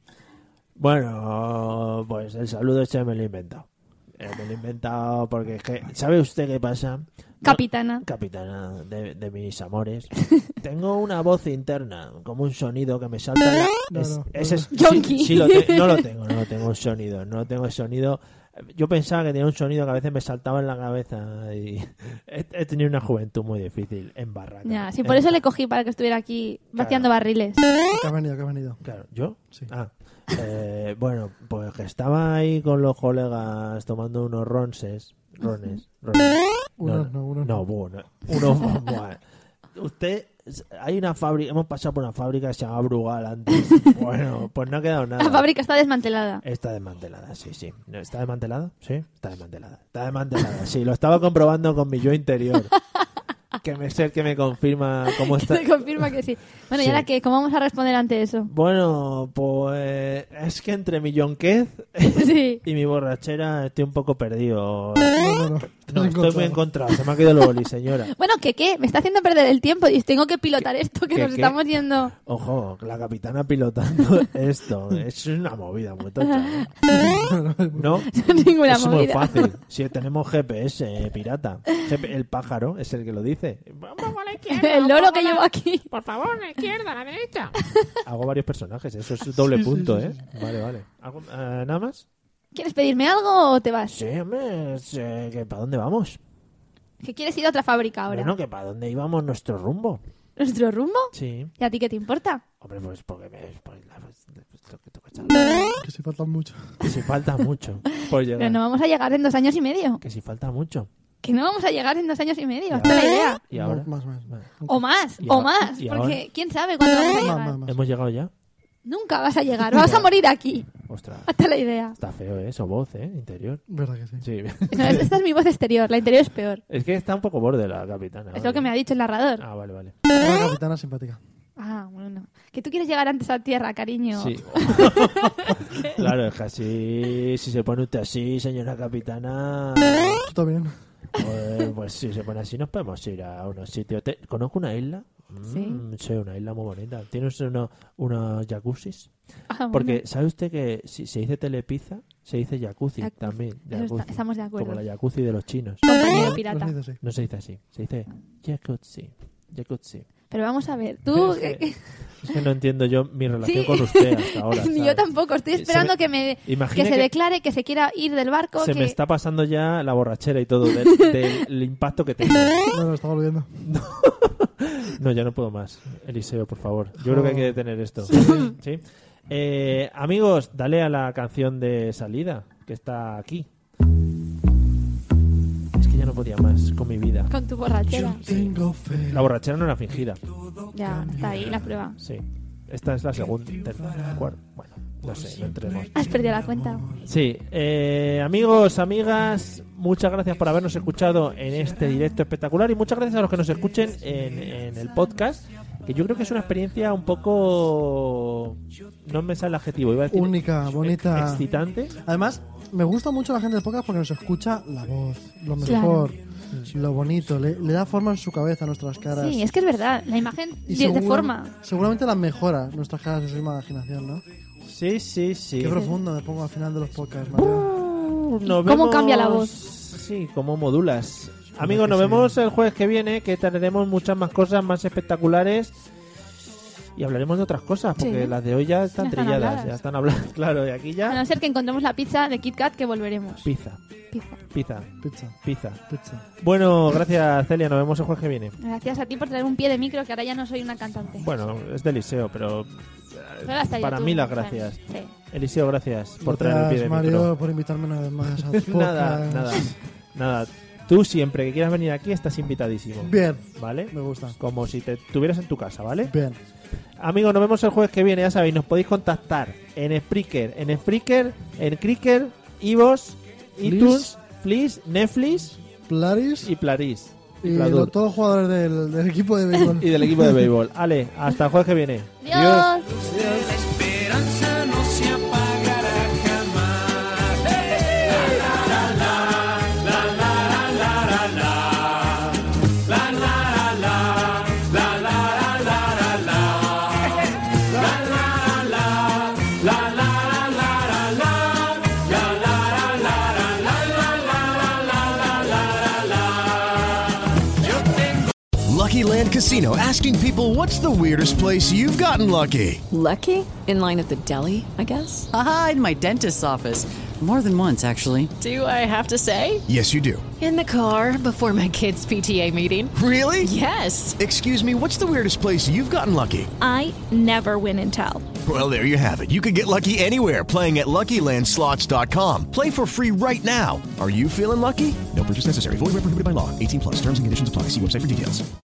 Bueno, pues el saludo ese me lo he inventado. Me lo he inventado porque es que, ¿sabe usted qué pasa? Capitana. Capitana de mis amores. Tengo una voz interna, como un sonido que me salta en la... Ese es... Yonki. Sí, no lo tengo un sonido, no tengo el sonido... Yo pensaba que tenía un sonido que a veces me saltaba en la cabeza y he tenido una juventud muy difícil en barraca. Ya, sí, por eso le cogí para que estuviera aquí vaciando barriles. Que ha venido. Claro, ¿yo? Sí. Bueno, pues que estaba ahí con los colegas tomando unos rones. Unos no. Bueno, usted, hay una fábrica, hemos pasado por una fábrica que se llama Brugal antes. Bueno, pues no ha quedado nada. La fábrica está desmantelada. Está desmantelada, sí. ¿No ¿Está desmantelada? Sí, está desmantelada. Está desmantelada, sí. Lo estaba comprobando con mi yo interior. Que me sé que me confirma cómo está. Te confirma que sí. Bueno, ¿y Sí. ahora qué? ¿Cómo vamos a responder ante eso? Bueno, pues es que entre mi yonquez Sí. y mi borrachera estoy un poco perdido. No. No, estoy muy encontrado. Se me ha quedado el boli, señora. Bueno, ¿qué? Me está haciendo perder el tiempo y tengo que pilotar esto, que ¿Qué, nos qué? estamos yendo... Ojo, la capitana pilotando esto. Es una movida muy tocha. ¿No? Ninguna es muy movida. fácil. Si tenemos GPS, pirata. El pájaro es el que lo dice. Vamos a la izquierda. El loro que llevo aquí. Por favor, a la izquierda, a la derecha. Hago varios personajes, eso es doble punto, ¿eh? Vale. ¿Nada más? ¿Quieres pedirme algo o te vas? Sí, hombre, que ¿para dónde vamos? ¿Que quieres ir a otra fábrica ahora? Bueno, que ¿para dónde íbamos nuestro rumbo? ¿Nuestro rumbo? Sí. ¿Y a ti qué te importa? Hombre, pues porque lo que toca echar. Que si faltan mucho. Que si falta mucho por llegar. Pero no vamos a llegar en 2 años y medio. Que si falta mucho. Que no vamos a llegar en 2 años y medio. Esta es la idea. ¿Y ahora? Más. O más, ¿Y o ahora? más. ¿Y Porque ahora? quién sabe cuándo vamos a llegar. Más. ¿Hemos llegado ya? Nunca vas a llegar. Vas a morir aquí. Ostras. Hasta la idea. Está feo, ¿eh? Su voz, ¿eh? Interior. ¿Verdad que sí? Sí. No, esta es mi voz exterior. La interior es peor. Es que está un poco borde la capitana. Es lo que me ha dicho el narrador. Ah, vale. Una capitana simpática. Ah, bueno. Que tú quieres llegar antes a tierra, cariño. Sí. Claro, es que así, si se pone usted así, señora capitana, Tú también. pues si se pone así nos podemos ir a unos sitios. ¿Conozco una isla? Sí, una isla muy bonita. ¿Tienes unos jacuzzis? Ah, Porque, bueno. ¿sabe usted que si se dice telepizza, se dice jacuzzi Jacuzzi. también? Eso Jacuzzi. estamos de acuerdo. Como la jacuzzi de los chinos. Compañero pirata. No se dice así. No se dice así, se dice jacuzzi. Pero vamos a ver, tú... Es que no entiendo yo mi relación Sí. con usted hasta ahora. Ni yo ¿sabe? tampoco. Estoy esperando Se me- que Imagine se que- declare, que se quiera ir del barco. Se que... me está pasando ya la borrachera y todo del impacto que tengo. No, estaba volviendo. No, ya no puedo más. Eliseo, por favor. Yo creo que hay que detener esto. ¿Sí? Amigos, dale a la canción de salida, que está aquí. Es que ya no podía más con mi vida. Con tu borrachera. Tengo fe. La borrachera no era fingida. Ya, está ahí la prueba. Sí. Esta es la segunda, tercera, cuarta. Bueno, no sé, no entremos. Has perdido la cuenta. Sí, amigos, amigas, muchas gracias por habernos escuchado en este directo espectacular y muchas gracias a los que nos escuchen en el podcast, que yo creo que es una experiencia un poco... No me sale el adjetivo, iba a decir... Única, bonita. Excitante. Además, me gusta mucho la gente del podcast porque nos escucha la voz, lo mejor, lo bonito, le da forma en su cabeza a nuestras caras. Sí, es que es verdad. La imagen Y de forma. Seguramente las mejora nuestras caras en su imaginación, ¿no? Sí. Qué profundo me pongo al final de los podcasts, María. Nos ¿Cómo vemos- cambia la voz? Sí, cómo modulas. Amigos, nos vemos el jueves que viene, que traeremos muchas más cosas más espectaculares y hablaremos de otras cosas, porque Sí. las de hoy ya están Ya están trilladas, habladas. ya están habladas. Claro, y aquí A ya... no ser que encontremos la pizza de Kit Kat, que volveremos. Pizza. Pizza. Bueno, gracias Celia, nos vemos el jueves que viene. Gracias a ti por traer un pie de micro, que ahora ya no soy una cantante. Bueno, es de Eliseo, pero Pero ahora está para YouTube, mí las o sea, gracias. sí. Eliseo, gracias por traer el pie de Gracias, Mario, micro. por invitarme una vez más a Nada. Tú siempre que quieras venir aquí estás invitadísimo. Bien. ¿Vale? Me gusta. Como si te estuvieras en tu casa, ¿vale? Bien. Amigos, nos vemos el jueves que viene, ya sabéis, nos podéis contactar en Spreaker, en Cricker, Ivos, iTunes, Flis, Netflix Plaris y Plaris. Y Pladur. todos los jugadores del equipo de béisbol. Y del equipo de béisbol. Ale, hasta el jueves que viene. Adiós. La esperanza no se apagará jamás. La la la la la la la la la la la la la la la la la Lucky Land Casino, asking people, what's the weirdest place you've gotten lucky? Lucky? In line at the deli, I guess? Aha, in my dentist's office. More than once, actually. Do I have to say? Yes, you do. In the car before my kids' PTA meeting. Really? Yes. Excuse me, what's the weirdest place you've gotten lucky? I never win and tell. Well, there you have it. You can get lucky anywhere, playing at LuckyLandSlots.com. Play for free right now. Are you feeling lucky? No purchase necessary. Void where prohibited by law. 18+. Terms and conditions apply. See website for details.